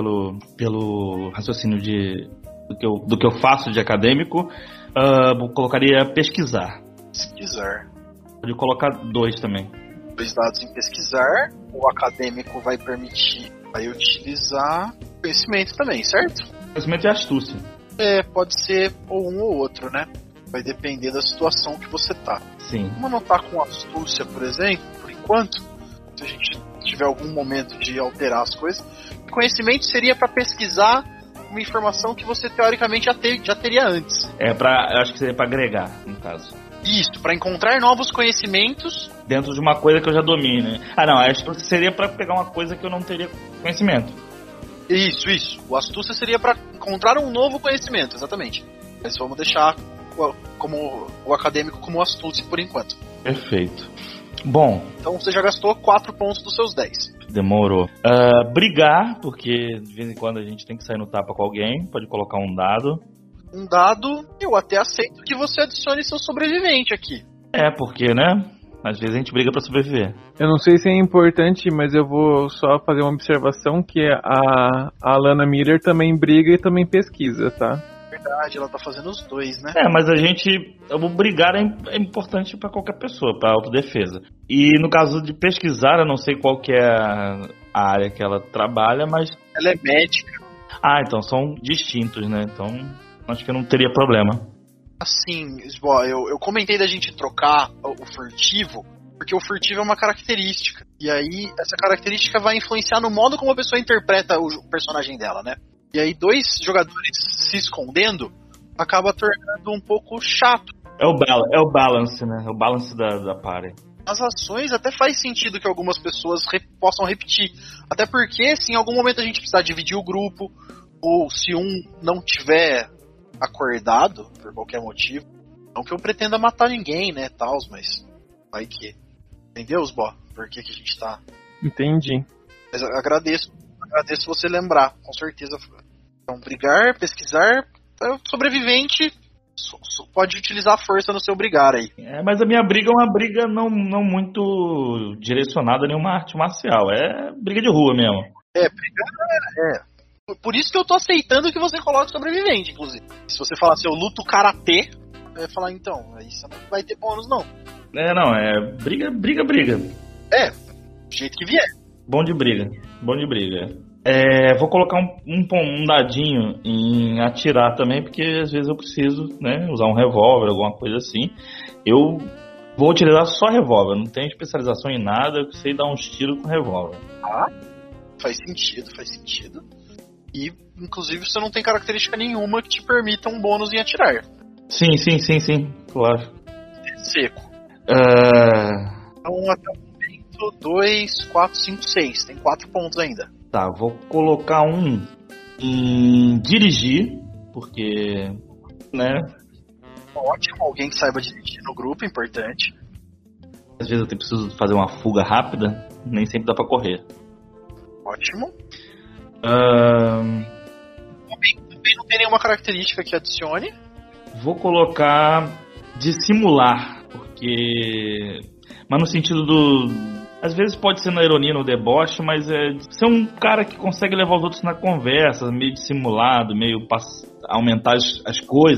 pelo raciocínio do que eu faço de acadêmico, colocaria pesquisar. Pesquisar. Pode colocar 2 também. 2 dados em pesquisar. O acadêmico vai utilizar conhecimento também, certo? Conhecimento e astúcia. Pode ser ou um ou outro, né? Vai depender da situação que você tá. Sim. Vamos anotar com astúcia, por exemplo, por enquanto, se a gente tiver algum momento de alterar as coisas. Conhecimento seria para pesquisar uma informação que você teoricamente já teria antes. Eu acho que seria para agregar, no caso. Isso, para encontrar novos conhecimentos dentro de uma coisa que eu já domine. Não, acho que seria para pegar uma coisa que eu não teria conhecimento. Isso. O astúcia seria para encontrar um novo conhecimento, exatamente. Mas vamos deixar como o acadêmico como astúcia por enquanto. Perfeito. Bom. Então você já gastou 4 pontos dos seus 10. Demorou. Brigar, porque de vez em quando a gente tem que sair no tapa com alguém. Pode colocar um dado. Um dado, eu até aceito que você adicione seu sobrevivente aqui. Porque, né? Às vezes a gente briga pra sobreviver. Eu não sei se é importante, mas eu vou só fazer uma observação que a Alana Miller também briga e também pesquisa, tá? Verdade, ela tá fazendo os dois, né? Mas o brigar é importante pra qualquer pessoa, pra autodefesa. E no caso de pesquisar, eu não sei qual que é a área que ela trabalha, mas... Ela é médica. Então são distintos, né? Então acho que não teria problema. Assim, eu comentei da gente trocar o furtivo, porque o furtivo é uma característica. E aí, essa característica vai influenciar no modo como a pessoa interpreta o personagem dela, né? E aí, 2 jogadores se escondendo acaba tornando um pouco chato. É o balance, né? É o balance da party. As ações até faz sentido que algumas pessoas possam repetir. Até porque, se em algum momento a gente precisar dividir o grupo, ou se um não tiver acordado, por qualquer motivo, não que eu pretenda matar ninguém, né, tals, mas vai que... Entendeu, Osbó? Por que a gente tá... Entendi. Mas eu agradeço você lembrar, com certeza. Então, brigar, pesquisar, sobrevivente pode utilizar força no seu brigar aí. Mas a minha briga é uma briga não muito direcionada a nenhuma arte marcial, é briga de rua mesmo. Brigar Por isso que eu tô aceitando que você coloque sobrevivente, inclusive. Se você falar assim, eu luto karatê, eu ia falar, então, aí você não vai ter bônus, não. Briga. Do jeito que vier. Bom de briga. Vou colocar um dadinho em atirar também, porque às vezes eu preciso, né, usar um revólver, alguma coisa assim. Eu vou utilizar só revólver, não tenho especialização em nada, eu sei dar uns tiros com revólver. Faz sentido. E, inclusive, você não tem característica nenhuma que te permita um bônus em atirar. Sim, claro. Seco. Então, até o momento, 2, 4, 5, 6. Tem 4 pontos ainda. Tá, vou colocar um em dirigir, porque, né? Ótimo, alguém que saiba dirigir no grupo, importante. Às vezes eu preciso fazer uma fuga rápida, nem sempre dá pra correr. Ótimo. Também não tem nenhuma característica que adicione. Vou colocar dissimular, porque... Mas no sentido do... Às vezes pode ser na ironia, no deboche, mas é ser um cara que consegue levar os outros na conversa, meio dissimulado, meio aumentar as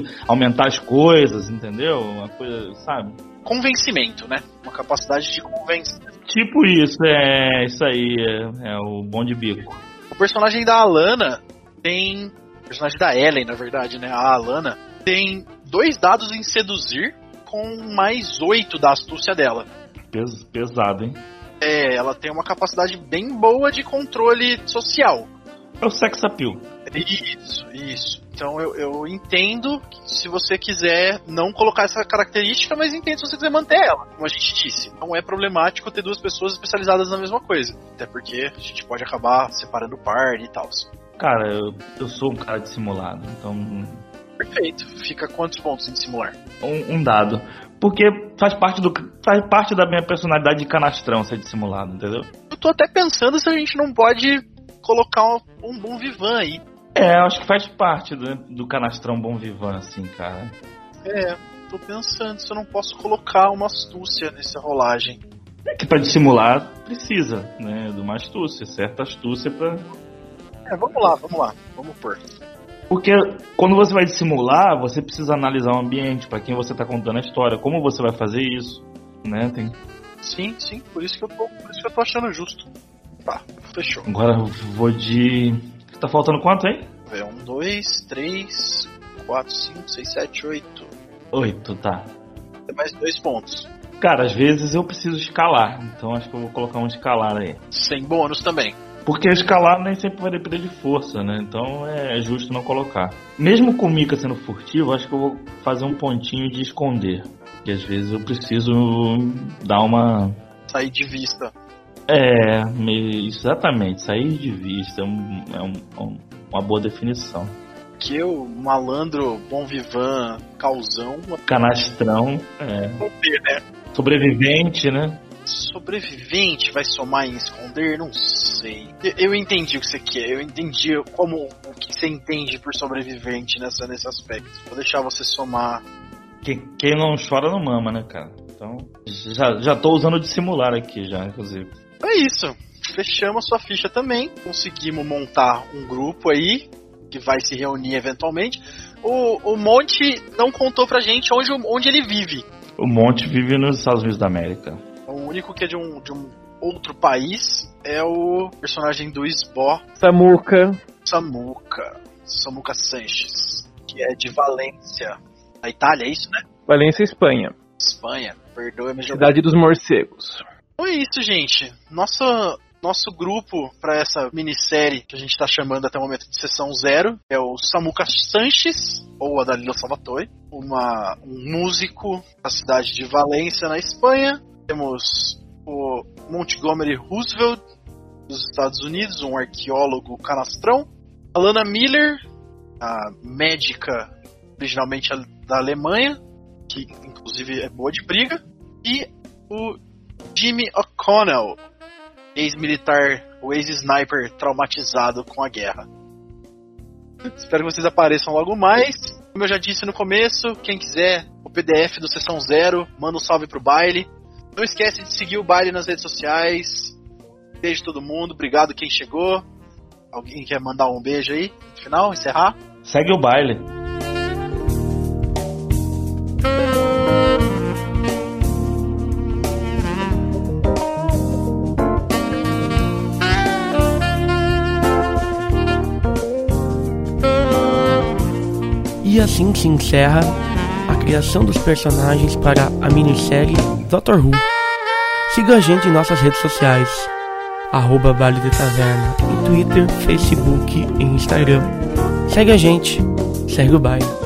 coisas, entendeu? Uma coisa, sabe? Convencimento, né? Uma capacidade de convencer. Tipo isso, isso aí, é o bom de bico. O personagem da Alana tem... O personagem da Ellen, na verdade, né? A Alana tem 2 dados em seduzir com mais 8 da astúcia dela. Pesado, hein? Ela tem uma capacidade bem boa de controle social. É o sex appeal. Isso. Então eu entendo que se você quiser não colocar essa característica, mas entendo se você quiser manter ela, como a gente disse. Não é problemático ter 2 pessoas especializadas na mesma coisa. Até porque a gente pode acabar separando o par e tal. Cara, eu sou um cara dissimulado, então... Perfeito. Fica quantos pontos em dissimular? Um dado. Porque faz parte da minha personalidade de canastrão ser dissimulado, entendeu? Eu tô até pensando se a gente não pode colocar um bom vivan aí. Acho que faz parte do canastrão bom vivan, assim, cara. Tô pensando se eu não posso colocar uma astúcia nessa rolagem. É que pra dissimular precisa, né, de uma astúcia, certa astúcia pra... Vamos lá, vamos pôr. Porque quando você vai dissimular, você precisa analisar o ambiente, pra quem você tá contando a história, como você vai fazer isso, né? Sim, por isso que eu tô achando justo. Tá, fechou. Agora eu vou de... Tá faltando quanto, hein? 1, 2, 3, 4, 5, 6, 7, 8. 8, tá. Tem mais 2 pontos. Cara, às vezes eu preciso escalar, então acho que eu vou colocar um escalar aí. Sem bônus também. Porque escalar nem sempre vai depender de força, né? Então é justo não colocar. Mesmo com o Mika sendo furtivo, acho que eu vou fazer um pontinho de esconder. Porque às vezes eu preciso dar uma... Sair de vista. Exatamente. Sair de vista é uma boa definição. Que o malandro, bom vivan, causão... Canastrão, né? Sobrevivente, né? Sobrevivente vai somar em esconder? Não sei. Eu entendi o que você quer. Eu entendi o que você entende por sobrevivente nesse aspecto. Vou deixar você somar. Quem não chora não mama, né, cara? Então, já tô usando o dissimular aqui, já, inclusive. É isso. Fechamos a sua ficha também. Conseguimos montar um grupo aí que vai se reunir eventualmente. O Monte não contou pra gente onde ele vive. O Monte vive nos Estados Unidos da América. O único que é de um outro país é o personagem do Sbó. Samuca Sanches, que é de Valência, na Itália, é isso, né? Valência, Espanha. Perdoe-me. Cidade dos morcegos. Então é isso, gente. Nosso grupo para essa minissérie que a gente está chamando até o momento de Sessão 0 é o Samuca Sanches, ou a Dalila Salvatore, um músico da cidade de Valência, na Espanha. Temos o Montgomery Roosevelt, dos Estados Unidos, um arqueólogo canastrão. Alana Miller, a médica originalmente da Alemanha, que inclusive é boa de briga. E o Jimmy O'Connell, ex-militar, o ex-sniper traumatizado com a guerra. Espero que vocês apareçam logo mais. Como eu já disse no começo, quem quiser o PDF do Sessão 0, manda um salve pro baile. Não esquece de seguir o baile nas redes sociais. Beijo todo mundo, obrigado quem chegou. Alguém quer mandar um beijo aí no final, encerrar? Segue o baile. E assim se encerra a criação dos personagens para a minissérie Doctor Who. Siga a gente em nossas redes sociais, @Vale de Taverna, em Twitter, Facebook e Instagram. Segue a gente, segue o baile.